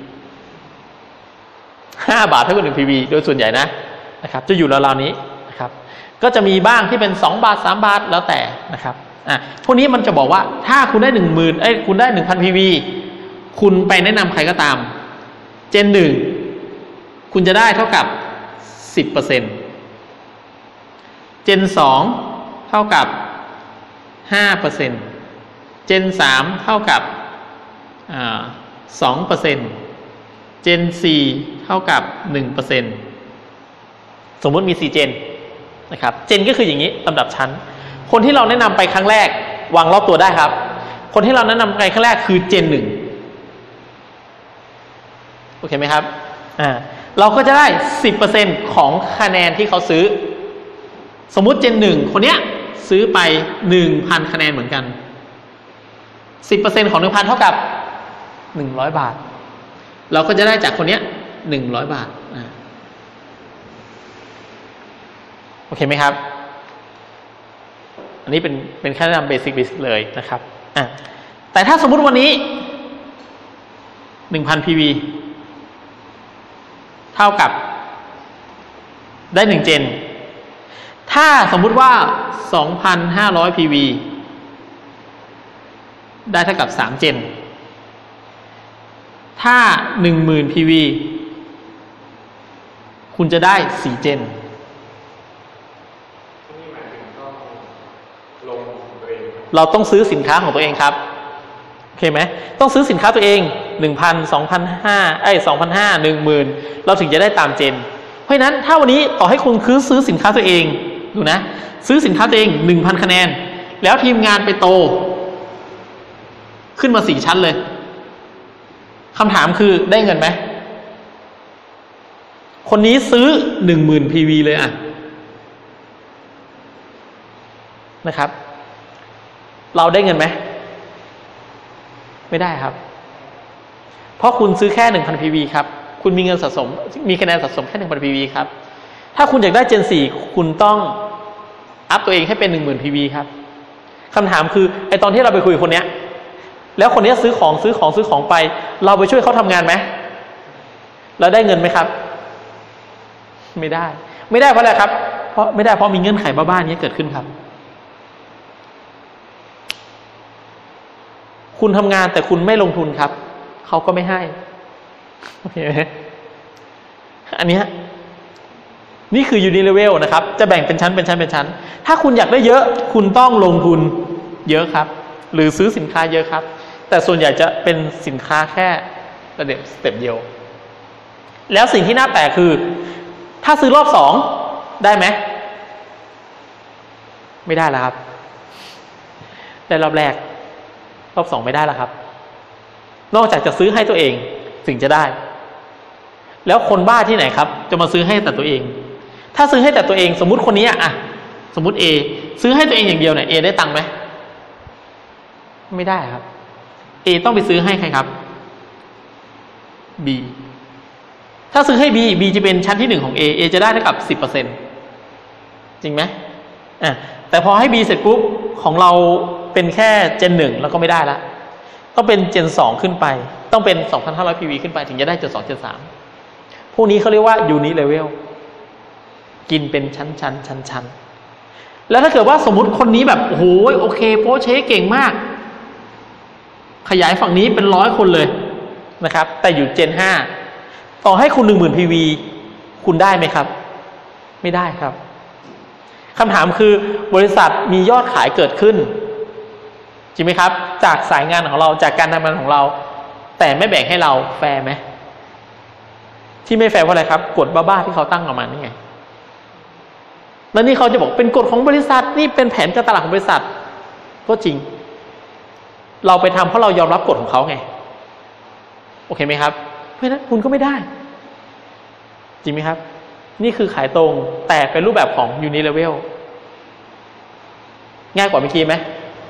ห้าบาทเท่ากับหนึ่ง พี วี โดยส่วนใหญ่นะนะครับจะอยู่ราวๆนี้นะครับก็จะมีบ้างที่เป็นสองบาทสามบาทแล้วแต่นะครับอ่ะพวกนี้มันจะบอกว่าถ้าคุณได้หนึ่งหมื่นเอ้ยคุณได้ หนึ่งพัน พี วี คุณไปแนะนำใครก็ตามเจนหนึ่งคุณจะได้เท่ากับ สิบเปอร์เซ็นต์ เจนสองเท่ากับ ห้าเปอร์เซ็นต์ เจนสามเท่ากับอ่า สองเปอร์เซ็นต์ เจนสี่เท่ากับ หนึ่งเปอร์เซ็นต์ สมมุติมีสี่เจนนะครับเจนก็คืออย่างนี้ลำดับชั้นคนที่เราแนะนำไปครั้งแรกวางรอบตัวได้ครับคนที่เราแนะนำไปครั้งแรกคือเจนหนึ่งโอเคไหมครับอ่าเราก็จะได้ สิบเปอร์เซ็นต์ ของคะแนนที่เขาซื้อสมมุติเจนหนึ่งคนเนี้ยซื้อไป หนึ่งพัน คะแนนเหมือนกัน สิบเปอร์เซ็นต์ ของ หนึ่งพัน เท่ากับหนึ่งร้อยบาทเราก็จะได้จากคนเนี้ยหนึ่งร้อยบาทอ่าโอเคไหมครับอันนี้เป็นเป็นแค่แนะนำเบสิกเบสิกเลยนะครับอ่ะแต่ถ้าสมมุติวันนี้ หนึ่งพัน พี วี เท่ากับได้หนึ่งเจนถ้าสมมุติว่า สองพันห้าร้อย พี วี ได้เท่ากับสามเจนถ้า หนึ่งหมื่น พี วี คุณจะได้สี่เจนเราต้องซื้อสินค้าของตัวเองครับโอเคไหมต้องซื้อสินค้าตัวเอง หนึ่งพัน สองพันห้าร้อย เอ้ย สองพันห้าร้อย หนึ่งหมื่น เราถึงจะได้ตามเจนเพราะฉะนั้นถ้าวันนี้ต่อให้คุณคือซื้อสินค้าตัวเองดูนะซื้อสินค้าตัวเอง หนึ่งพัน คะแนนแล้วทีมงานไปโตขึ้นมาสี่ชั้นเลยคำถามคือได้เงินไหมคนนี้ซื้อ หนึ่งหมื่น พี วี เลยอ่ะนะครับเราได้เงินไหมไม่ได้ครับเพราะคุณซื้อแค่ หนึ่งพัน พี วี ครับคุณมีเงินสะสมมีคะแนนสะสมแค่ หนึ่งพัน พี วี ครับถ้าคุณอยากได้เจนสี่คุณต้องอัพตัวเองให้เป็น หนึ่งหมื่น พี วี ครับคำถามคือไอตอนที่เราไปคุยกับคนเนี้ยแล้วคนนี้ซื้อของซื้อของซื้อของไปเราไปช่วยเขาทำงานไหมเราได้เงินไหมครับไม่ได้ไม่ได้เพราะอะไรครับเพราะไม่ได้เพราะมีเงื่อนไขบ้าๆนี้เกิดขึ้นครับคุณทำงานแต่คุณไม่ลงทุนครับเขาก็ไม่ให้โอเคไหมอันนี้นี่คือยูนิเลเวลนะครับจะแบ่งเป็นชั้นเป็นชั้นเป็นชั้นถ้าคุณอยากได้เยอะคุณต้องลงทุนเยอะครับหรือซื้อสินค้าเยอะครับแต่ส่วนใหญ่จะเป็นสินค้าแค่ระดับสเต็ปเดียวแล้วสิ่งที่น่าแปลกคือถ้าซื้อรอบสองได้ไหมไม่ได้แล้วครับได้รอบแรกรอบสองไม่ได้แล้วครับนอกจากจะซื้อให้ตัวเองถึงจะได้แล้วคนบ้าที่ไหนครับจะมาซื้อให้แต่ตัวเองถ้าซื้อให้แต่ตัวเองสมมุติคนนี้อ่ะสมมุติ A ซื้อให้ตัวเองอย่างเดียวเนี่ย A ได้ตังค์ไหมไม่ได้ครับ A ต้องไปซื้อให้ใครครับ B ถ้าซื้อให้ B B จะเป็นชั้นที่หนึ่งของ A A จะได้เท่ากับ สิบเปอร์เซ็นต์ จริงไหมอ่ะแต่พอให้ B เสร็จปุ๊บของเราเป็นแค่เจนหนึ่งแล้วก็ไม่ได้ละต้องเป็นเจนสองขึ้นไปต้องเป็น สองพันห้าร้อย พี วี ขึ้นไปถึงจะได้เจนสองเจนสามพวกนี้เขาเรียกว่ายูนิเลเวลกินเป็นชั้นชั้นชั้นชั้นแล้วถ้าเกิดว่าสมมติคนนี้แบบโอ้โหโอเคโปรเชเก่งมากขยายฝั่งนี้เป็นร้อยคนเลยนะครับแต่อยู่เจนห้าต่อให้คุณ หนึ่งหมื่น พี วี คุณได้ไหมครับไม่ได้ครับคำถามคือบริษัทมียอดขายเกิดขึ้นจริงไหมครับจากสายงานของเราจากการทำงานของเราแต่ไม่แบ่งให้เราแฟร์ไหมที่ไม่แฟร์เพราะอะไรครับกฎบ้าๆที่เขาตั้งออกมานี่ไงแล้วนี่เขาจะบอกเป็นกฎของบริษัทนี่เป็นแผนการตลาดของบริษัทก็จริงเราไปทำเพราะเรายอมรับกฎของเขาไงโอเคไหมครับเพราะฉะนั้นคุณก็ไม่ได้จริงไหมครับนี่คือขายตรงแต่เป็นรูปแบบของ Unilevel ง่ายกว่าเมื่อกี้ไหม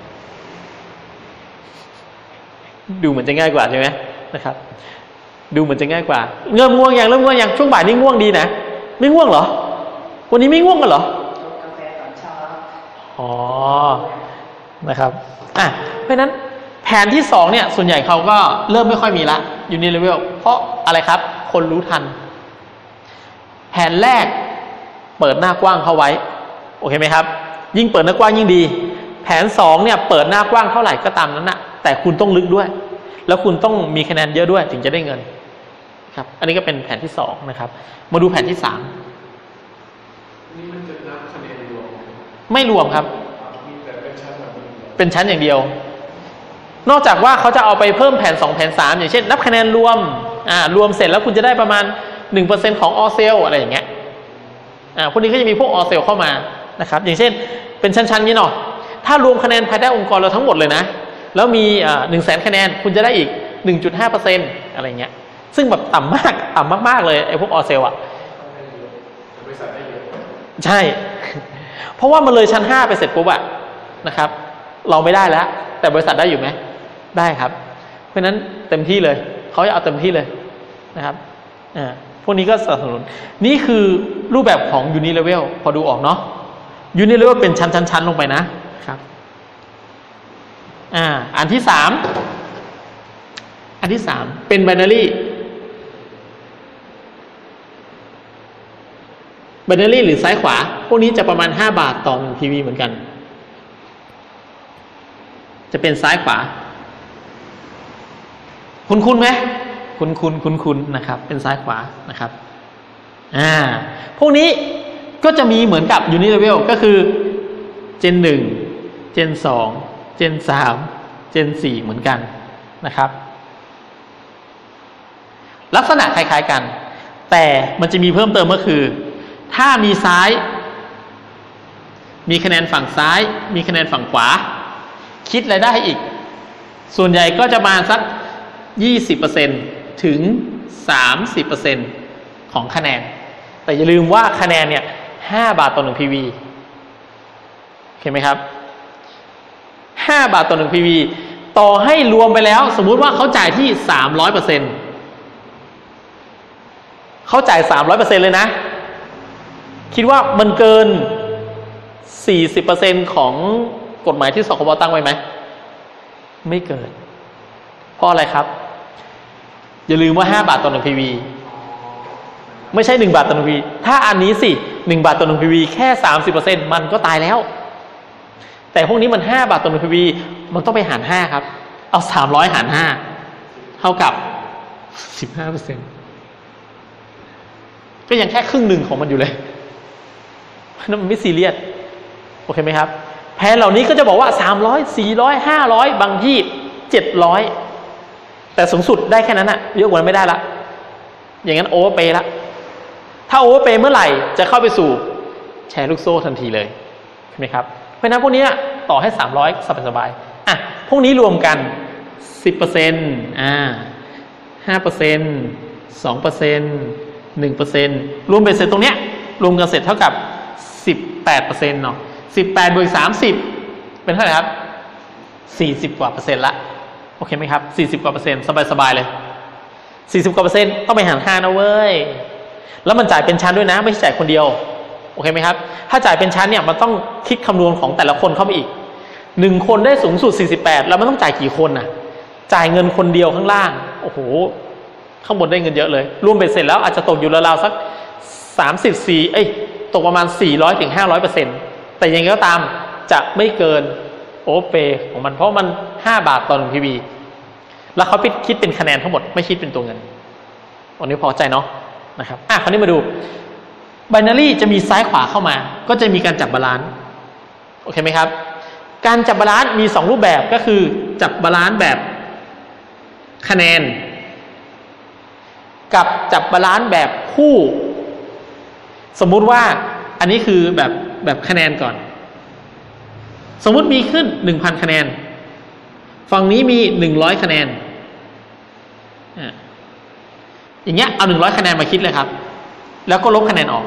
ดูเหมือนจะง่ายกว่าใช่ไหมนะครับดูเหมือนจะง่ายกว่าเริ่มง่วงยังเริ่มง่วงยังช่วงบ่ายนี่ง่วงดีนะไม่ง่วงเหรอวันนี้ไม่ง่วงกันเหรอกาแฟตอนเช้าอ๋อนะครับอ่ะเพราะฉะนั้นแผนที่สองเนี่ยส่วนใหญ่เขาก็เริ่มไม่ค่อยมีละUnilevelเพราะอะไรครับคนรู้ทันแผนแรกเปิดหน้ากว้างเข้าไว้โอเคไหมครับยิ่งเปิดหน้ากว้างยิ่งดีแผนสองเนี่ยเปิดหน้ากว้างเท่าไหร่ก็ตามนั้นนะแต่คุณต้องลึกด้วยแล้วคุณต้องมีคะแนนเยอะด้วยถึงจะได้เงินครับอันนี้ก็เป็นแผนที่สองนะครับมาดูแผนที่สามนี่มันจะนับคะแนนรวมไม่รวมครับมีแต่เป็นชั้นแบบนี้เป็นชั้นอย่างเดียวนอกจากว่าเขาจะเอาไปเพิ่มแผนสองแผนสามอย่างเช่นนับคะแนนรวมอ่ารวมเสร็จแล้วคุณจะได้ประมาณ หนึ่งเปอร์เซ็นต์ ของออเซลอะไรอย่างเงี้ยอ่าพวกนี้ก็จะมีพวกออเซลเข้ามานะครับอย่างเช่นเป็นชั้นๆนี้เนาะถ้ารวมคะแนนภายใต้องค์กรเราทั้งหมดเลยนะแล้วมีอ่า หนึ่งแสน คะแนนคุณจะได้อีก หนึ่งจุดห้าเปอร์เซ็นต์ อะไรเงี้ยซึ่งแบบต่ำมากต่ำมากๆเลยไอ้พวกออเซลอ่ะบริษัทได้เยอะใช่เพราะว่ามันเลยชั้นห้าไปเสร็จปุ๊บอะนะครับเราไม่ได้แล้วแต่บริษัทได้อยู่ไหมได้ครับเพราะนั้นเต็มที่เลยเขาจะเอาเต็มที่เลยนะครับอ่าพวกนี้ก็สนับสนุนนี่คือรูปแบบของ Unilevel พอดูออกเนาะ Unilevel เป็นชั้นๆๆลงไปนะครับอ่าอันที่สามอันที่สามเป็น binary binary หรือซ้ายขวาพวกนี้จะประมาณห้าบาทต่อหนึ่ง พี วี เหมือนกันจะเป็นซ้ายขวาคุ้นๆไหมคุ้นๆคุ้นๆนะครับเป็นซ้ายขวานะครับอ่าพวกนี้ก็จะมีเหมือนกับ Unilevel ก็คือเจนหนึ่งเจนสองเจนสามเจนสี่เหมือนกันนะครับลักษณะคล้ายๆกันแต่มันจะมีเพิ่มเติมก็คือถ้ามีซ้ายมีคะแนนฝั่งซ้ายมีคะแนนฝั่งขวาคิดรายได้อีกส่วนใหญ่ก็จะมาสัก ยี่สิบเปอร์เซ็นต์ ถึง สามสิบเปอร์เซ็นต์ ของคะแนนแต่อย่าลืมว่าคะแนนเนี่ยห้าบาทต่อหนึ่ง พี วี เห็นไหมครับห้าบาทต่อหนึ่ง พี วี ต่อให้รวมไปแล้วสมมุติว่าเขาจ่ายที่ สามร้อยเปอร์เซ็นต์ เขาจ่าย สามร้อยเปอร์เซ็นต์ เลยนะคิดว่ามันเกิน สี่สิบเปอร์เซ็นต์ ของกฎหมายที่สคบตั้งไว้ไหมไม่เกินเพราะอะไรครับอย่าลืมว่าห้าบาทต่อหนึ่ง พี วี ไม่ใช่หนึ่งบาทต่อหนึ่ง พี วี ถ้าอันนี้สิหนึ่งบาทต่อหนึ่ง พี วี แค่ สามสิบเปอร์เซ็นต์ มันก็ตายแล้วแต่พวกนี้มันห้าบาทต่อหนึ่ง พี วี มันต้องไปหารห้าครับเอาสามร้อยหารห้าเท่ากับ สิบห้าเปอร์เซ็นต์ ก็ยังแค่ครึ่งหนึ่งของมันอยู่เลยนั่นมันไม่ซีเรียสโอเคไหมครับแผนเหล่านี้ก็จะบอกว่าสามร้อย สี่ร้อย ห้าร้อยบางที่เจ็ดร้อยแต่สูงสุดได้แค่นั้นอะเยอะกว่านั้นไม่ได้ละอย่างนั้นโอเวอร์เพย์ละถ้าโอเวอร์เพย์เมื่อไหร่จะเข้าไปสู่แชร์ลูกโซ่ทันทีเลยใช่ไหมครับเพราะฉะนั้นพวกนี้ต่อให้สามร้อยสบายๆอ่ะพวกนี้รวมกัน สิบเปอร์เซ็นต์ อ่า ห้าเปอร์เซ็นต์ สองเปอร์เซ็นต์ หนึ่งเปอร์เซ็นต์ รวมเป็นเสร็จตรงเนี้ยรวมกันเสร็จเท่ากับ สิบแปดเปอร์เซ็นต์ เนาะสิบแปดบวกสามสิบเป็นเท่าไหร่ครับสี่สิบกว่าเปอร์เซ็นต์ละโอเคไหมครับสี่สิบกว่าเปอร์เซ็นต์สบายๆเลยสี่สิบกว่าเปอร์เซ็นต์ต้องไปหารห้านะเว้ยแล้วมันจ่ายเป็นชั้นด้วยนะไม่ใช่จ่ายคนเดียวโอเคไหมครับถ้าจ่ายเป็นชั้นเนี่ยมันต้องคิดคำนวณของแต่ละคนเข้าไปอีกหนึ่งคนได้สูงสุดสี่สิบแปดแล้วมันต้องจ่ายกี่คนน่ะจ่ายเงินคนเดียวข้างล่างโอ้โหข้างบนได้เงินเยอะเลยรวมเป็นเสร็จแล้วอาจจะตกอยู่ราวๆสักสามสิบสี่เอ้ยตกประมาณสี่ร้อยถึงห้าร้อยเปอร์เซ็นต์แต่ยังไงก็ตามจะไม่เกินโอเปของมันเพราะมันห้าบาทต่อหนึ่ง พี วี แล้วเขาคิดเป็นคะแนนทั้งหมดไม่คิดเป็นตัวเงินวันนี้พอใจเนาะนะครับอ่ะคราวนี้มาดูไบนารี่จะมีซ้ายขวาเข้ามาก็จะมีการจับบาลานซ์โอเคไหมครับการจับบาลานซ์มีสองรูปแบบก็คือจับบาลานซ์แบบคะแนนกับจับบาลานซ์แบบคู่สมมุติว่าอันนี้คือแบบแบบคะแนนก่อนสมมุติมีขึ้น หนึ่งพัน คะแนนฝั่งนี้มีหนึ่งร้อยคะแนนอ่าอย่างเงี้ยเอาหนึ่งร้อยคะแนนมาคิดเลยครับแล้วก็ลบคะแนนออก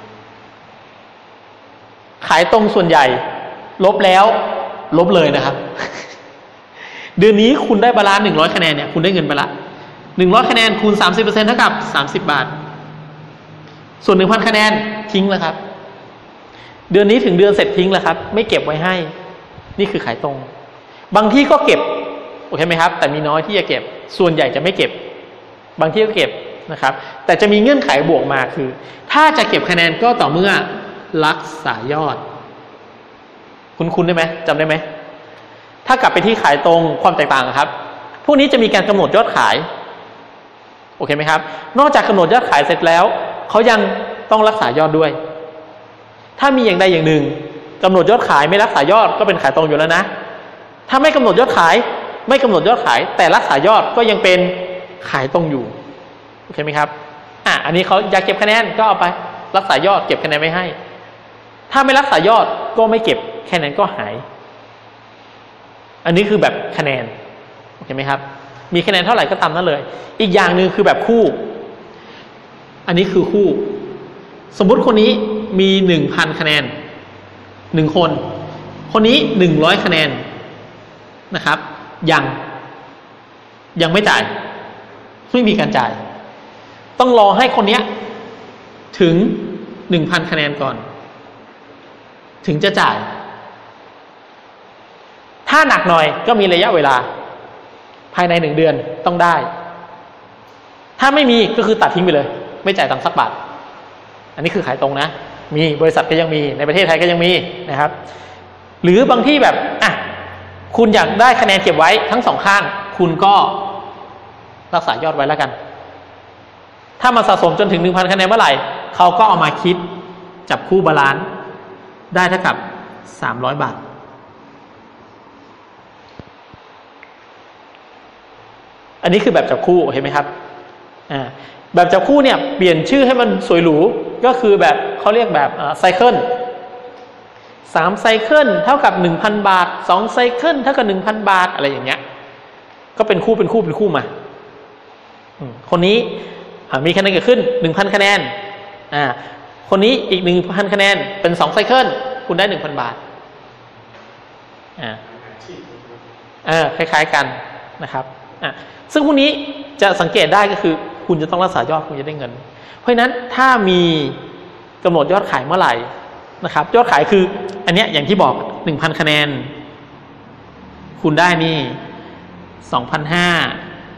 ขายตรงส่วนใหญ่ลบแล้วลบเลยนะครับ เดือนนี้คุณได้บาลานซ์หนึ่งร้อยคะแนนเนี่ยคุณได้เงินไปละหนึ่งร้อยคะแนนคูณ สามสิบเปอร์เซ็นต์ เท่ากับสามสิบบาทส่วน หนึ่งพัน คะแนนทิ้งแล้วครับเดือนนี้ถึงเดือนเสร็จทิ้งแล้วครับไม่เก็บไว้ให้นี่คือขายตรงบางที่ก็เก็บโอเคไหมครับแต่มีน้อยที่จะเก็บส่วนใหญ่จะไม่เก็บบางที่ก็เก็บนะครับแต่จะมีเงื่อนไขบวกมาคือถ้าจะเก็บคะแนนก็ต่อเมื่อรักษายอดคุ้นๆได้ไหมจำได้ไหมถ้ากลับไปที่ขายตรงความแตกต่างครับพวกนี้จะมีการกำหนดยอดขายโอเคไหมครับนอกจากกำหนดยอดขายเสร็จแล้วเขายังต้องรักษายอดด้วยถ้ามีอย่างใดอย่างหนึ่งกำหนดยอดขายไม่รักษายอดก็เป็นขายตรงอยู่แล้วนะถ้าไม่กำหนดยอดขายไม่กำหนดยอดขายแต่รักษายอดก็ยังเป็นขายตรงอยู่โอเคไหมครับอ่ะอันนี้เขาอยากเก็บคะแนนก็เอาไปรักษายอดเก็บคะแนนไม่ให้ถ้าไม่รักษายอดก็ไม่เก็บคะแนนก็หายอันนี้คือแบบคะแนนโอเคไหมครับมีคะแนนเท่าไหร่ก็ตามนั้นเลยอีกอย่างหนึ่งคือแบบคู่อันนี้คือคู่สมมุติคนนี้มีหนึ่งพันคะแนนหนึ่งคนคนนี้หนึ่งร้อยคะแนนนะครับยังยังไม่จ่ายไม่มีการจ่ายต้องรอให้คนนี้ถึง หนึ่งพัน คะแนนก่อนถึงจะจ่ายถ้าหนักหน่อยก็มีระยะเวลาภายในหนึ่งเดือนต้องได้ถ้าไม่มีก็คือตัดทิ้งไปเลยไม่จ่ายตังค์สักบาทอันนี้คือขายตรงนะมีบริษัทก็ยังมีในประเทศไทยก็ยังมีนะครับหรือบางที่แบบอ่ะคุณอยากได้คะแนนเก็บไว้ทั้งสองข้างคุณก็รักษายอดไว้แล้วกันถ้ามาสะสมจนถึง หนึ่งพัน คะแนนเมื่อไหร่เขาก็เอามาคิดจับคู่บาลานซ์ได้เท่ากับสามร้อยบาทอันนี้คือแบบจับคู่เห็นไหมครับอ่าแบบจับคู่เนี่ยเปลี่ยนชื่อให้มันสวยหรูก็คือแบบเขาเรียกแบบไซเคิลสามไซเคิลเท่ากับ หนึ่งพัน บาทสองไซเคิลเท่ากับ หนึ่งพัน บาทอะไรอย่างเงี้ยก็เป็นคู่เป็นคู่เป็นคู่มาคนนี้มีคะแนนเกิดขึ้น หนึ่งพัน คะแนนอ่าคนนี้อีก หนึ่งพัน คะแนนเป็นสองไซเคิลคุณได้ หนึ่งพัน บาทอ่าอ่าคล้ายๆกันนะครับอ่ะซึ่งพวกนี้จะสังเกตได้ก็คือคุณจะต้องรักษายอดคุณจะได้เงินเพราะฉะนั้นถ้ามีกำหนดยอดขายเมื่อไหร่นะครับยอดขายคืออันเนี้ยอย่างที่บอก หนึ่งพัน คะแนนคุณได้นี่ สองพันห้าร้อย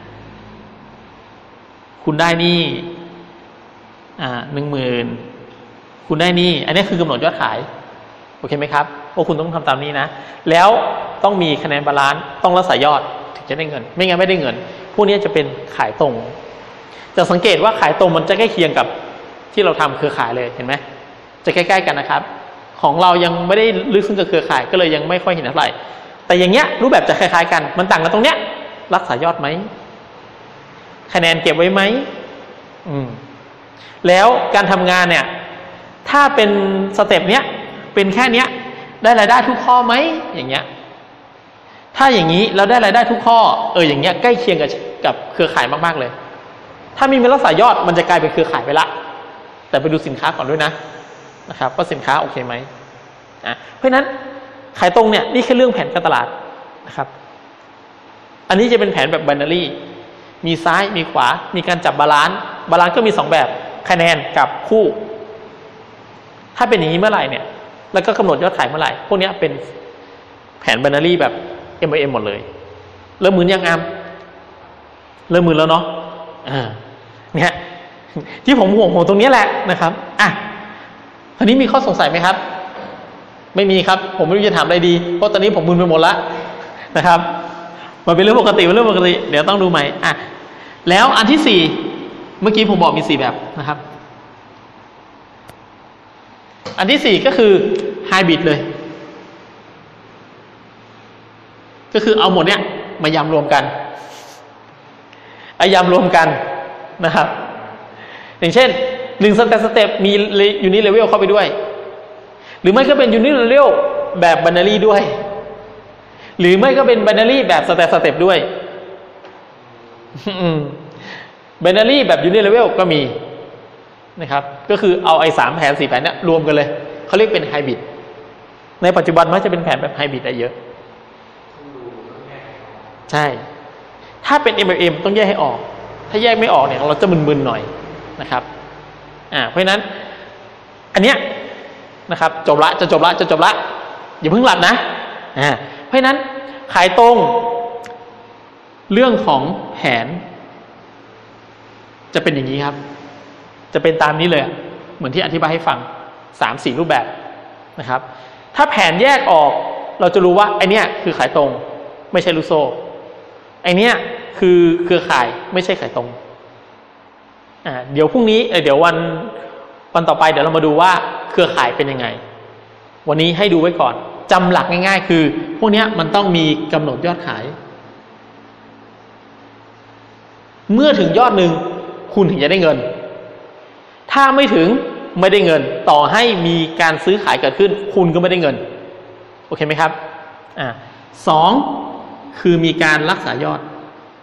คุณได้นี่อ่า หนึ่งหมื่น คุณได้นี่อันนี้คือกำหนดยอดขายโอเคไหมครับว่าคุณต้องทำตามนี้นะแล้วต้องมีคะแนนบาลานซ์ต้องรักษายอดถึงจะได้เงินไม่งั้นไม่ได้เงินพวกนี้จะเป็นขายตรงจะสังเกตว่าขายตรงมันจะใกล้เคียงกับที่เราทำเครือข่ายเลยเห็นไหมจะใกล้ๆกันนะครับของเรายังไม่ได้ลึกซึ้งกับเครือข่ายก็เลยยังไม่ค่อยเห็นเท่าไหร่แต่อย่างเงี้ยรูปแบบจะคล้ายๆกันมันต่างกันตรงเนี้ยรักษายอดไหมคะแนนเก็บไว้ไหมอืมแล้วการทำงานเนี่ยถ้าเป็นสเต็ปเนี้ยเป็นแค่เนี้ยได้รายได้ทุกข้อไหมอย่างเงี้ยถ้าอย่างนี้เราได้รายได้ทุกข้อเอออย่างเงี้ยใกล้เคียงกับกับเครือข่ายมากๆเลยถ้ามีเงินรักษายอดมันจะกลายเป็นเครือข่ายไปละแต่ไปดูสินค้าก่อนด้วยนะนะครับว่าสินค้าโอเคไหมอ่ะเพราะฉะนั้นขายตรงเนี่ยนี่คือเรื่องแผนการตลาดนะครับอันนี้จะเป็นแผนแบบไบนารี่มีซ้ายมีขวามีการจับบาลานซ์บาลานซ์ก็มีสองแบบคะแนนกับคู่ถ้าเป็นอย่างนี้เมื่อไหร่เนี่ยแล้วก็กำหนดยอดขายเมื่อไหร่พวกนี้เป็นแผน binary แบบ เอ็ม ไอ เอ็ม หมดเลยเริ่มมึนยังอามเริ่มมึนแล้วเนาะอ่าเนี่ยที่ผมห่วงห่วงตรงนี้แหละนะครับอ่ะทีนี้มีข้อสงสัยไหมครับไม่มีครับผมไม่รู้จะถามอะไรดีเพราะตอนนี้ผมมึนไปหมดแล้วนะครับมันเป็นเรื่องปกติเป็นเรื่องปกติเดี๋ยวต้องดูใหม่อ่ะแล้วอันที่สี่เมื่อกี้ผมบอกมีสี่แบบนะครับอันที่สี่ก็คือไฮบริดเลยก็คือเอาหมดเนี้ยมายำรวมกันเอายำรวมกันนะครับอย่างเช่นหนึ่งสเต็ปสเต็ปมียูนิตเลเวลเข้าไปด้วยหรือไม่ก็เป็นยูนิตเลเวลแบบไบนารีด้วยหรือไม่ก็เป็นไบนารีแบบสเต็ปสเต็ปด้วยไบนารีแบบยูนิตเลเวลก็มีนะครับก็คือเอาไอ้สามแผนสี่แผนเนี้ยรวมกันเลยเขาเรียกเป็นไฮบริดในปัจจุบันมักจะเป็นแผนแบบไฮบริดได้เยอะใช่ถ้าเป็น เอ็ม แอล เอ็ม ต้องแยกให้ออกถ้าแยกไม่ออกเนี่ยเราจะมึนๆหน่อยนะครับอ่าเพราะฉะนั้นอันเนี้ยนะครับจบละจะจบละจะจบละอย่าเพิ่งหลับนะอ่าเพราะฉะนั้นขายตรงเรื่องของแผนจะเป็นอย่างนี้ครับจะเป็นตามนี้เลยเหมือนที่อธิบายให้ฟัง สามสี่ รูปแบบนะครับถ้าแผนแยกออกเราจะรู้ว่าไอเนี้ยคือขายตรงไม่ใช่ลูกโซ่ไอเนี้ยคือเครือข่ายไม่ใช่ขายตรงอ่าเดี๋ยวพรุ่งนี้เดี๋ยววันวันต่อไปเดี๋ยวเรามาดูว่าเครือข่ายเป็นยังไงวันนี้ให้ดูไว้ก่อนจำหลักง่ายๆคือพวกเนี้ยมันต้องมีกำหนดยอดขายเมื่อถึงยอดหนึ่งคุณถึงจะได้เงินถ้าไม่ถึงไม่ได้เงินต่อให้มีการซื้อขายเกิดขึ้นคุณก็ไม่ได้เงินโอเคไหมครับอ่าสองคือมีการรักษายอด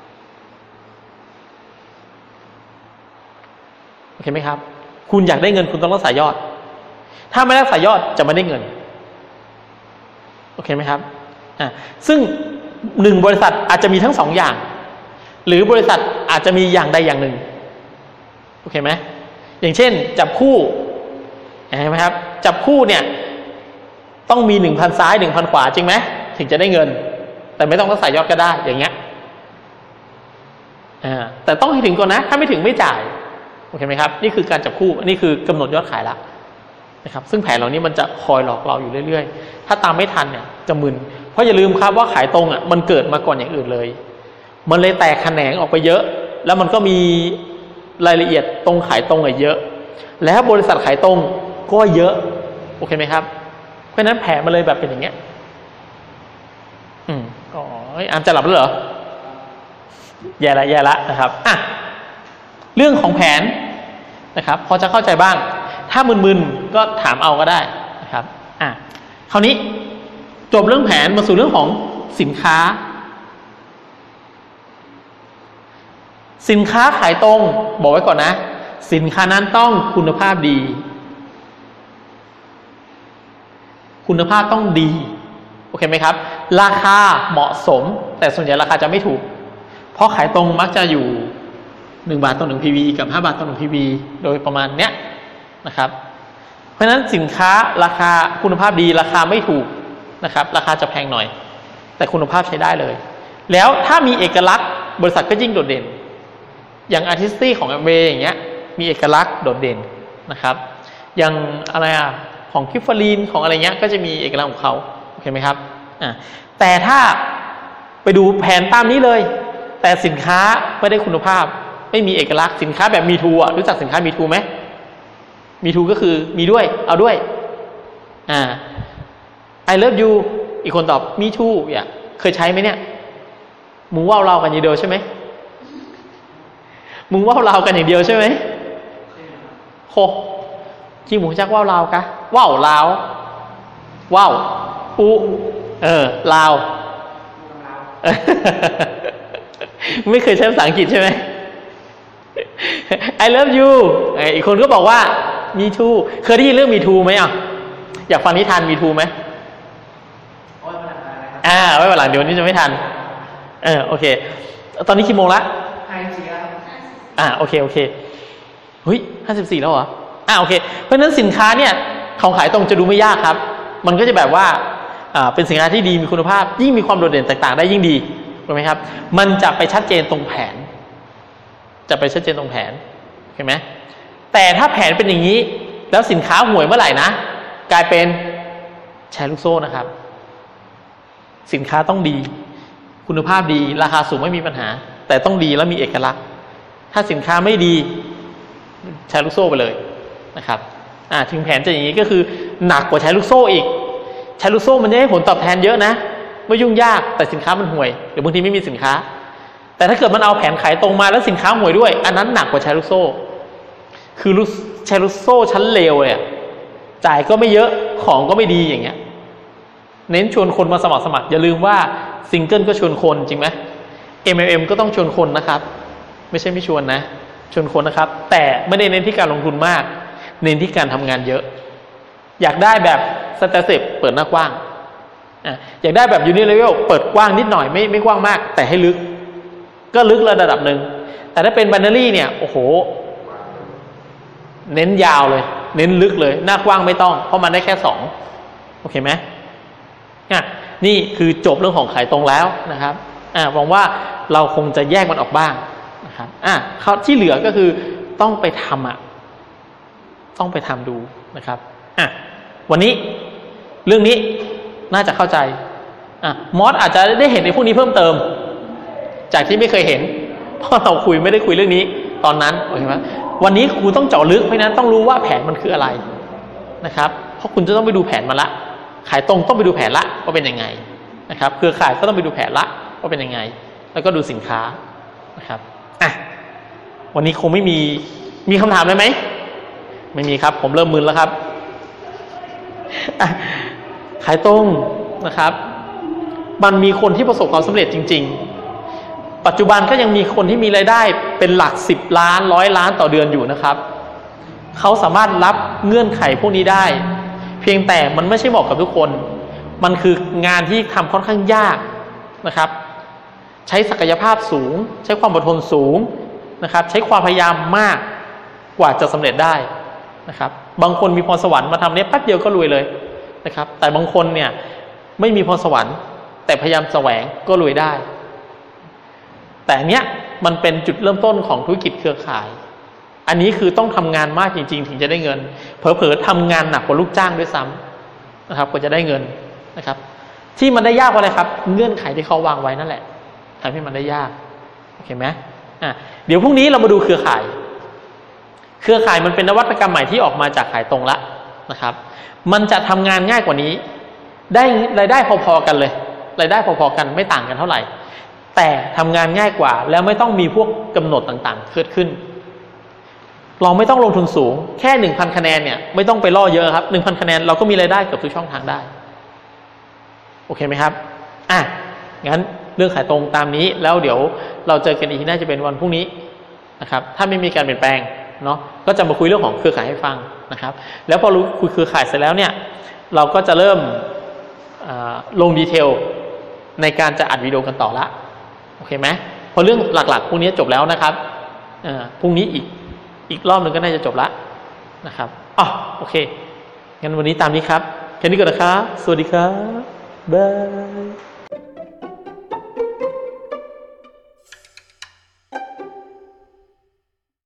โอเคไหมครับคุณอยากได้เงินคุณต้องรักษายอดถ้าไม่รักษายอดจะไม่ได้เงินโอเคไหมครับอ่าซึ่งหนึ่งบริษัทอาจจะมีทั้งสองอย่างหรือบริษัทอาจจะมีอย่างใดอย่างหนึ่งโอเคไหมอย่างเช่นจับคู่เห็นไหมครับจับคู่เนี่ยต้องมีหนึ่งพันซ้ายหนึ่งพันขวาจริงไหมถึงจะได้เงินแต่ไม่ต้องรักษายอดก็ได้อย่างเงี้ยอ่าแต่ต้องให้ถึงก่อนนะถ้าไม่ถึงไม่จ่ายโอเคไหมครับนี่คือการจับคู่นี่คือกำหนดยอดขายละนะครับซึ่งแผนเหล่านี้มันจะคอยหลอกเราอยู่เรื่อยๆถ้าตามไม่ทันเนี่ยจะมึนเพราะอย่าลืมครับว่าขายตรงอ่ะมันเกิดมาก่อนอย่างอื่นเลยมันเลยแตกแขนงออกไปเยอะแล้วมันก็มีรายละเอียดตรงขายตรงอ่ะเยอะแล้วบริษัทขายตรงก็เยอะโอเคไหมครับเพราะฉะนั้นแผนมาเลยแบบเป็นอย่างเงี้ยอืมอ๋ออามจะหลับแล้วเหรอแย่ละแย่ละนะครับอ่ะเรื่องของแผนนะครับพอจะเข้าใจบ้างถ้ามึนๆก็ถามเอาก็ได้นะครับอ่ะคราวนี้จบเรื่องแผนมาสู่เรื่องของสินค้าสินค้าขายตรงบอกไว้ก่อนนะสินค้านั้นต้องคุณภาพดีคุณภาพต้องดีโอเคไหมครับราคาเหมาะสมแต่ส่วนใหญ่ราคาจะไม่ถูกเพราะขายตรงมักจะอยู่หนึ่งบาทต่อหนึ่ง พี วี กับห้าบาทต่อหนึ่ง พี วี โดยประมาณเนี้ยนะครับเพราะฉะนั้นสินค้าราคาคุณภาพดีราคาไม่ถูกนะครับราคาจะแพงหน่อยแต่คุณภาพใช้ได้เลยแล้วถ้ามีเอกลักษณ์บริษัทก็ยิ่งโดดเด่นอย่างอาร์ติสตี้ของแอมเวย์อย่างเงี้ยมีเอกลักษณ์โดดเด่นนะครับอย่างอะไรอ่ะของคิฟฟารีนของอะไรเงี้ยก็จะมีเอกลักษณ์ของเขาโอเคไหมครับอ่าแต่ถ้าไปดูแผนตามนี้เลยแต่สินค้าไม่ได้คุณภาพไม่มีเอกลักษณ์สินค้าแบบมีทูอ่ะรู้จักสินค้ามีทูไหมมีทูก็คือมีด้วยเอาด้วยอ่า I love you อีกคนตอบมีทูอย่าเคยใช้ไหมเนี่ยมึงว่าวเรากันอย่างเดียวใช่ไหมมึงว่าวเรากันอย่างเดียวใช่ไหมโคจริงหมูจักว่าวเรากะว่าวลาวว่าวอูเออลาวไม่เคยใช้ภาษาอังกฤษใช่ไหม I love you อีกคนก็บอกว่ามีทูเคยได้ยินเรื่องมีทูไหมอ่ะอยากฟังนิทานมีทูไหมอ่าไว้วันหลังเดี๋ยวนี้จะไม่ทันเออโอเคตอนนี้กี่โมงละห้าสิบสี่แล้วอ่าโอเคโอเคเฮ้ยห้าสิบสี่แล้วเหรออ่าโอเคเพราะฉะนั้นสินค้าเนี่ยของขายตรงจะดูไม่ยากครับมันก็จะแบบว่าอ่าเป็นสินค้าที่ดีมีคุณภาพยิ่งมีความโดดเด่นแตกต่างได้ยิ่งดีถูกไหมครับมันจะไปชัดเจนตรงแผนจะไปชัดเจนตรงแผนเห็นไหมแต่ถ้าแผนเป็นอย่างนี้แล้วสินค้าห่วยเมื่อไหร่นะกลายเป็นแชร์ลูกโซ่นะครับสินค้าต้องดีคุณภาพดีราคาสูงไม่มีปัญหาแต่ต้องดีและมีเอกลักษณ์ถ้าสินค้าไม่ดีแชร์ลูกโซ่ไปเลยนะครับอ่าถึงแผนจะอย่างนี้ก็คือหนักกว่าแชร์ลูกโซ่อีกแชร์ลูกโซ่มันจะให้ผลตอบแทนเยอะนะไม่ยุ่งยากแต่สินค้ามันห่วยหรือบางทีไม่มีสินค้าแต่ถ้าเกิดมันเอาแผนขายตรงมาแล้วสินค้าห่วยด้วยอันนั้นหนักกว่าแชร์ลูกโซ่คือแชร์ลูกโซ่ชั้นเลวเลยจ่ายก็ไม่เยอะของก็ไม่ดีอย่างเงี้ยเน้นชวนคนมาสมัครสมัครอย่าลืมว่าซิงเกิลก็ชวนคนจริงไหม เอ็ม แอล เอ็ม ก็ต้องชวนคนนะครับไม่ใช่ไม่ชวนนะชวนคนนะครับแต่ไม่ได้เน้นที่การลงทุนมากเน้นที่การทำงานเยอะอยากได้แบบสเตเซปเปิดหน้ากว้างอ่ะอยากได้แบบยูนิเลเวลเปิดกว้างนิดหน่อยไม่ไม่กว้างมากแต่ให้ลึกก็ลึกระดับหนึ่งแต่ถ้าเป็นไบนารี่เนี่ยโอ้โหเน้นยาวเลยเน้นลึกเลยหน้ากว้างไม่ต้องเพราะมันได้แค่สองโอเคไหมเนี่ยนี่คือจบเรื่องของขายตรงแล้วนะครับอ่าหวังว่าเราคงจะแยกมันออกบ้างนะครับอ่ะที่เหลือก็คือต้องไปทำอ่ะต้องไปทำดูนะครับอ่ะวันนี้เรื่องนี้น่าจะเข้าใจอ่ะมอสอาจจะได้เห็นในพวกนี้เพิ่มเติมจากที่ไม่เคยเห็นเพราะเราคุยไม่ได้คุยเรื่องนี้ตอนนั้นโอเคไหมวันนี้ครูต้องเจาะลึกเพราะนั้นต้องรู้ว่าแผนมันคืออะไรนะครับเพราะคุณจะต้องไปดูแผนมาละขายตรงต้องไปดูแผนละว่าเป็นยังไงนะครับเครือข่ายก็ต้องไปดูแผนละว่าเป็นยังไงแล้วก็ดูสินค้านะครับอ่ะวันนี้คงไม่มีมีคำถามเลยไหมไม่มีครับผมเริ่มมึนแล้วครับขายตรงนะครับมันมีคนที่ประสบความสำเร็จจริงๆปัจจุบันก็ยังมีคนที่มีรายได้เป็นหลักสิบล้านร้อยล้านต่อเดือนอยู่นะครับเขาสามารถรับเงื่อนไขพวกนี้ได้เพียงแต่มันไม่ใช่เหมาะกับทุกคนมันคืองานที่ทำค่อนข้างยากนะครับใช้ศักยภาพสูงใช้ความอดทนสูงนะครับใช้ความพยายามมากกว่าจะสำเร็จได้นะครับบางคนมีพรสวรรค์มาทำเนี้ยแป๊บเดียวก็รวยเลยนะครับแต่บางคนเนี่ยไม่มีพรสวรรค์แต่พยายามแสวงก็รวยได้แต่เนี้ยมันเป็นจุดเริ่มต้นของธุรกิจเครือข่ายอันนี้คือต้องทำงานมากจริงๆถึงจะได้เงินเผลอๆทำงานหนักกว่าลูกจ้างด้วยซ้ำนะครับกว่าจะได้เงินนะครับที่มันได้ยากเพราะอะไรครับเงื่อนไขที่เขาวางไว้นั่นแหละทำให้มันได้ยากโอเคไหมอ่ะเดี๋ยวพรุ่งนี้เรามาดูเครือข่ายเครือข่ายมันเป็นนวัตกรรมใหม่ที่ออกมาจากขายตรงละนะครับมันจะทำงานง่ายกว่านี้ได้รายได้พอๆกันเลยรายได้พอๆกันไม่ต่างกันเท่าไหร่แต่ทำงานง่ายกว่าแล้วไม่ต้องมีพวกกำหนดต่างๆเกิดขึ้นเราไม่ต้องลงทุนสูงแค่ หนึ่งพัน คะแนนเนี่ยไม่ต้องไปล่อเยอะครับ หนึ่งพัน คะแนนเราก็มีรายได้เกือบทุกช่องทางได้โอเคไหมครับอ่ะงั้นเรื่องขายตรงตามนี้แล้วเดี๋ยวเราเจอกันอีกน่าจะเป็นวันพรุ่งนี้นะครับถ้าไม่มีการเปลี่ยนแปลงเนาะก็จะมาคุยเรื่องของเครือข่ายให้ฟังนะครับแล้วพอรู้คุยเครือข่ายเสร็จแล้วเนี่ยเราก็จะเริ่มลงดีเทลในการจะอัดวิดีโอกันต่อละโอเคไหมพอเรื่องหลักๆพวกนี้จบแล้วนะครับพรุ่งนี้อีกอีกรอบหนึ่งก็น่าจะจบละนะครับอ๋อโอเคงั้นวันนี้ตามนี้ครับแค่นี้ก่อนนะครับสวัสดีครับบาย